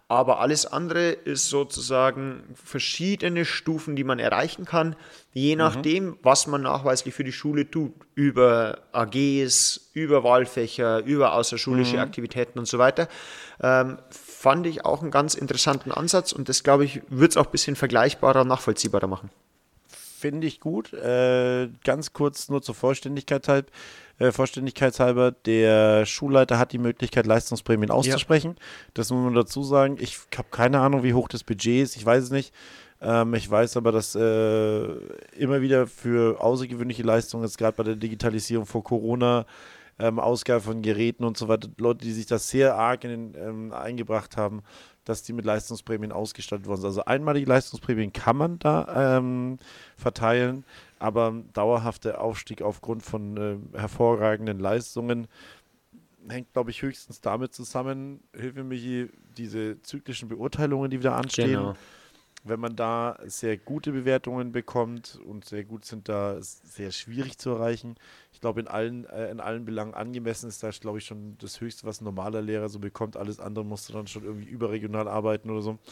Aber alles andere ist sozusagen verschiedene Stufen, die man erreichen kann, je nachdem, was man nachweislich für die Schule tut, über AGs, über Wahlfächer, über außerschulische Aktivitäten und so weiter. Fand ich auch einen ganz interessanten Ansatz und das, glaube ich, wird es auch ein bisschen vergleichbarer und nachvollziehbarer machen. Finde ich gut. Ganz kurz nur zur Vollständigkeitshalber, der Schulleiter hat die Möglichkeit, Leistungsprämien auszusprechen. Das muss man dazu sagen. Ich habe keine Ahnung, wie hoch das Budget ist. Ich weiß es nicht. Ich weiß aber, dass immer wieder für außergewöhnliche Leistungen, jetzt gerade bei der Digitalisierung vor Corona, Ausgabe von Geräten und so weiter, Leute, die sich das sehr arg eingebracht haben, dass die mit Leistungsprämien ausgestattet worden sind. Also einmalige Leistungsprämien kann man da verteilen, aber dauerhafter Aufstieg aufgrund von hervorragenden Leistungen hängt, glaube ich, höchstens damit zusammen, hilf mir Michi, diese zyklischen Beurteilungen, die wieder anstehen. Genau. Wenn man da sehr gute Bewertungen bekommt und sehr gut sind, da ist sehr schwierig zu erreichen. Ich glaube, in allen Belangen angemessen ist das, glaube ich, schon das Höchste, was ein normaler Lehrer so bekommt. Alles andere musst du dann schon irgendwie überregional arbeiten oder so.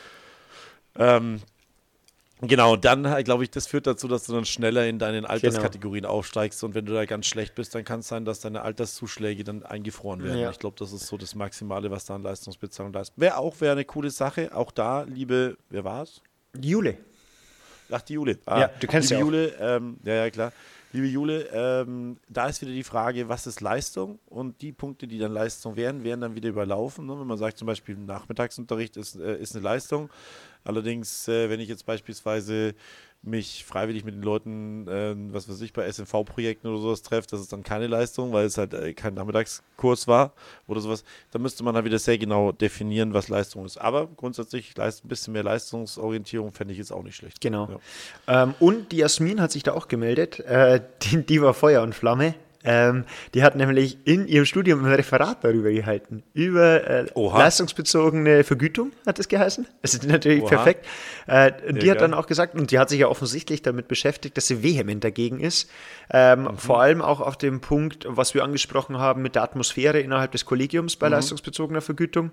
Genau, dann glaube ich, das führt dazu, dass du dann schneller in deinen Alterskategorien aufsteigst und wenn du da ganz schlecht bist, dann kann es sein, dass deine Alterszuschläge dann eingefroren werden. Ja. Ich glaube, das ist so das Maximale, was da an Leistungsbezahlung da ist. Wäre eine coole Sache, auch da, wer war es? Jule. Ach, die Jule. Ja, du kennst liebe sie auch. Jule, ja, klar. Liebe Jule, da ist wieder die Frage, was ist Leistung? Und die Punkte, die dann Leistung wären dann wieder überlaufen. Ne? Wenn man sagt, zum Beispiel Nachmittagsunterricht ist eine Leistung. Allerdings, wenn ich jetzt beispielsweise mich freiwillig mit den Leuten, was weiß ich, bei SNV-Projekten oder sowas treffe, das ist dann keine Leistung, weil es halt kein Nachmittagskurs war oder sowas. Da müsste man halt wieder sehr genau definieren, was Leistung ist. Aber grundsätzlich ein bisschen mehr Leistungsorientierung fände ich jetzt auch nicht schlecht. Genau. Ja. Und die Jasmin hat sich da auch gemeldet. Die war Feuer und Flamme. Die hat nämlich in ihrem Studium ein Referat darüber gehalten. Über leistungsbezogene Vergütung, hat es geheißen. Das ist natürlich perfekt. Die hat dann auch gesagt, und die hat sich ja offensichtlich damit beschäftigt, dass sie vehement dagegen ist. Vor allem auch auf dem Punkt, was wir angesprochen haben mit der Atmosphäre innerhalb des Kollegiums bei leistungsbezogener Vergütung.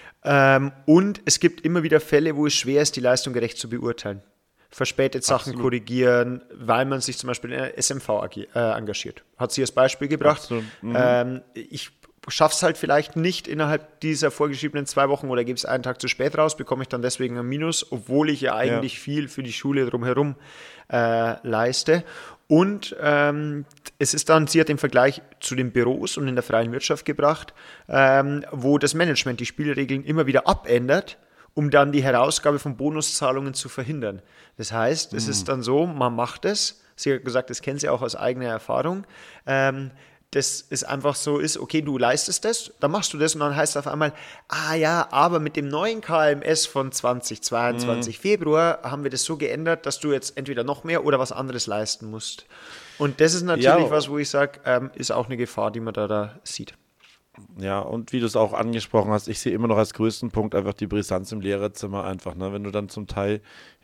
Und es gibt immer wieder Fälle, wo es schwer ist, die Leistung gerecht zu beurteilen. Verspätet Sachen korrigieren, weil man sich zum Beispiel in der SMV engagiert. Hat sie als Beispiel gebracht. Ich schaffe es halt vielleicht nicht innerhalb dieser vorgeschriebenen 2 Wochen oder gebe es einen Tag zu spät raus, bekomme ich dann deswegen ein Minus, obwohl ich ja eigentlich viel für die Schule drumherum leiste. Und es ist dann, sie hat den Vergleich zu den Büros und in der freien Wirtschaft gebracht, wo das Management die Spielregeln immer wieder abändert, um dann die Herausgabe von Bonuszahlungen zu verhindern. Das heißt, es ist dann so, man macht es. Sie hat gesagt, das kennt sie auch aus eigener Erfahrung. Dass es einfach so ist, okay, du leistest das, dann machst du das und dann heißt es auf einmal, aber mit dem neuen KMS von 2022 Februar haben wir das so geändert, dass du jetzt entweder noch mehr oder was anderes leisten musst. Und das ist natürlich was, wo ich sage, ist auch eine Gefahr, die man da sieht. Ja, und wie du es auch angesprochen hast, ich sehe immer noch als größten Punkt einfach die Brisanz im Lehrerzimmer einfach, ne? Wenn du dann zum Teil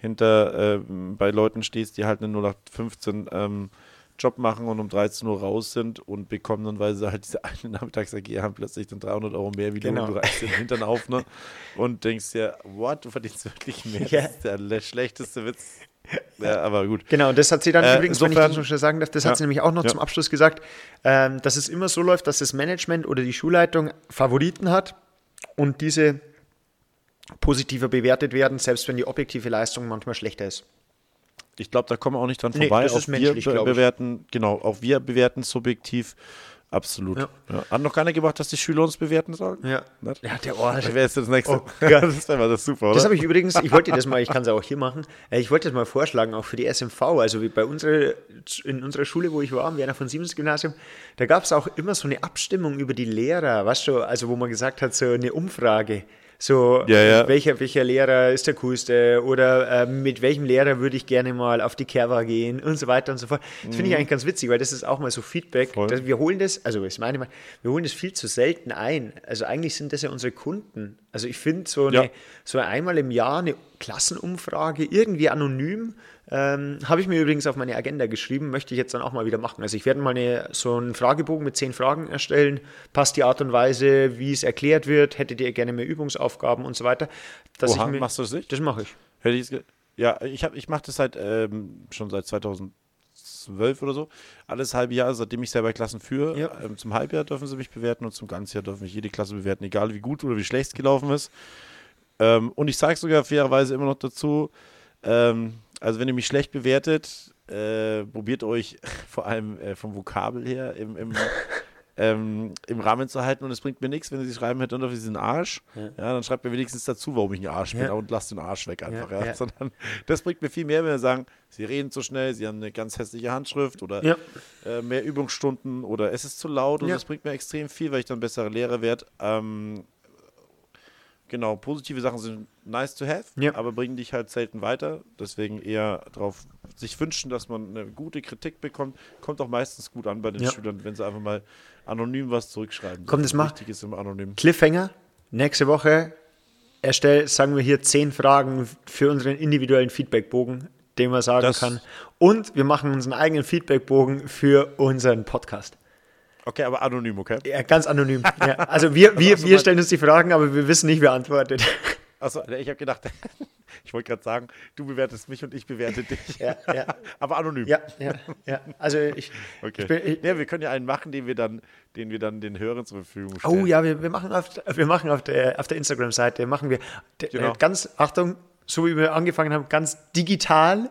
bei Leuten stehst, die halt eine 0815 Job machen und um 13 Uhr raus sind und bekommen dann, weil sie halt diese eine Nachmittags-AG haben, plötzlich dann 300 € mehr wie du reißt den Hintern auf, ne? Und denkst dir, what, du verdienst wirklich mehr? Ja. Das ist der schlechteste Witz. Ja, aber gut. Genau, und das hat sie dann übrigens, wenn ich das noch schnell sagen darf, das hat sie nämlich auch noch zum Abschluss gesagt, dass es immer so läuft, dass das Management oder die Schulleitung Favoriten hat und diese positiver bewertet werden, selbst wenn die objektive Leistung manchmal schlechter ist. Ich glaube, da kommen wir auch nicht dran vorbei. Das ist menschlich, auch wir bewerten subjektiv. Absolut. Ja. Hat noch keiner gebracht, dass die Schüler uns bewerten sollen? Ja. Ja, der Ohr. Wer ist das nächste? Oh Gott. Das wäre das super, oder? Das habe ich übrigens, ich wollte das mal, ich kann es auch hier machen, ich wollte das mal vorschlagen, auch für die SMV, also wie in unserer Schule, wo ich war, am Werner von Siemens Gymnasium, da gab es auch immer so eine Abstimmung über die Lehrer, weißt du, also wo man gesagt hat, so eine Umfrage. So, welcher Lehrer ist der coolste oder mit welchem Lehrer würde ich gerne mal auf die Kerwa gehen und so weiter und so fort. Das finde ich eigentlich ganz witzig, weil das ist auch mal so Feedback. Wir holen das, also ich meine mal, wir holen das viel zu selten ein. Also eigentlich sind das ja unsere Kunden. Also ich finde so einmal im Jahr eine Klassenumfrage, irgendwie anonym, habe ich mir übrigens auf meine Agenda geschrieben, möchte ich jetzt dann auch mal wieder machen. Also ich werde mal so einen Fragebogen mit 10 Fragen erstellen. Passt die Art und Weise, wie es erklärt wird? Hättet ihr gerne mehr Übungsaufgaben Prüfungsaufgaben und so weiter. Oha, machst du das nicht? Das mache ich. Ja, ich mache das schon seit 2012 oder so. Alles halbe Jahr, seitdem ich selber Klassen führe. Ja. Zum Halbjahr dürfen sie mich bewerten und zum Ganzjahr dürfen mich jede Klasse bewerten, egal wie gut oder wie schlecht es gelaufen ist. Und ich sage sogar fairerweise immer noch dazu, also wenn ihr mich schlecht bewertet, probiert euch vor allem vom Vokabel her im Rahmen zu halten, und es bringt mir nichts, wenn sie schreiben, Herr Dondorf, Sie sind ein Arsch. Ja, dann schreibt mir wenigstens dazu, warum ich ein Arsch bin, und lasst den Arsch weg einfach. Ja. Sondern das bringt mir viel mehr, wenn wir sagen, Sie reden zu schnell, Sie haben eine ganz hässliche Handschrift oder mehr Übungsstunden oder es ist zu laut, und das bringt mir extrem viel, weil ich dann bessere Lehrer werde. Genau, positive Sachen sind nice to have, aber bringen dich halt selten weiter. Deswegen eher darauf sich wünschen, dass man eine gute Kritik bekommt. Kommt auch meistens gut an bei den Schülern, wenn sie einfach mal anonym was zurückschreiben. Komm, das macht. Wichtig ist immer anonym. Cliffhanger. Nächste Woche sagen wir hier 10 Fragen für unseren individuellen Feedbackbogen, den man sagen kann. Und wir machen unseren eigenen Feedbackbogen für unseren Podcast. Okay, aber anonym, okay? Ja, ganz anonym. Ja. Also wir stellen uns die Fragen, aber wir wissen nicht, wer antwortet. Achso, ich habe gedacht, ich wollte gerade sagen, du bewertest mich und ich bewerte dich. Ja. Aber anonym. Ja. Also wir können ja einen machen, den wir dann den Hörern zur Verfügung stellen. Oh ja, wir machen auf der Instagram-Seite, ganz, Achtung, so wie wir angefangen haben, ganz digital,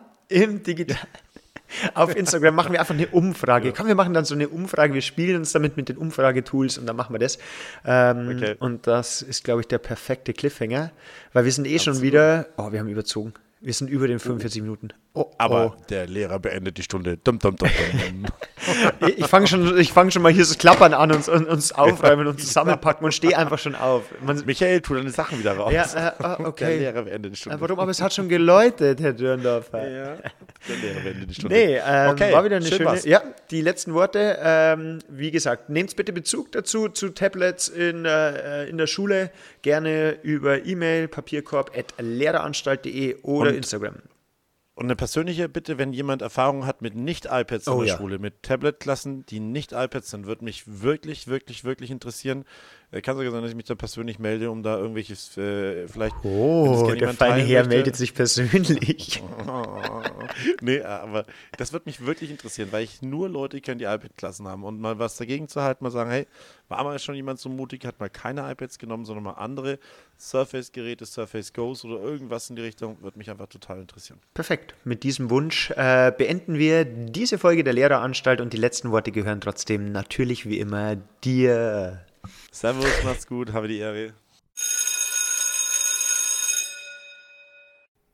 auf Instagram machen wir einfach eine Umfrage. Ja. Komm, wir machen dann so eine Umfrage, wir spielen uns damit mit den Umfragetools und dann machen wir das. Und das ist, glaube ich, der perfekte Cliffhanger, weil wir sind schon wieder, wir haben überzogen. Wir sind über den 45 Minuten. Aber der Lehrer beendet die Stunde. Dum, dum, dum, dum. Ich fange schon mal hier so Klappern an und uns aufräumen und zusammenpacken und stehe einfach schon auf. Michael, tu deine Sachen wieder raus. Ja, okay. Der Lehrer beendet die Stunde. Warum? Aber es hat schon geläutet, Herr Dürndorfer. Ja, der Lehrer beendet die Stunde. Nee, okay, war wieder eine schöne. Was. Ja, die letzten Worte. Wie gesagt, nehmt bitte Bezug dazu, zu Tablets in der Schule. Gerne über E-Mail, papierkorb@lehreranstalt.de oder Instagram. Und eine persönliche Bitte, wenn jemand Erfahrung hat mit Nicht-iPads in der Schule, mit Tablet-Klassen, die nicht iPads sind, würde mich wirklich, wirklich, wirklich interessieren. Kann sogar sein, dass ich mich da persönlich melde, um da irgendwelches vielleicht... der feine Herr meldet sich persönlich. Nee, aber das würde mich wirklich interessieren, weil ich nur Leute kenne, die iPad-Klassen haben, und mal was dagegen zu halten, mal sagen, hey, war mal schon jemand so mutig, hat mal keine iPads genommen, sondern mal andere Surface-Geräte, Surface Gos oder irgendwas in die Richtung, würde mich einfach total interessieren. Perfekt. Mit diesem Wunsch beenden wir diese Folge der Lehreranstalt, und die letzten Worte gehören trotzdem natürlich wie immer dir. Servus, macht's gut, habe die Ehre.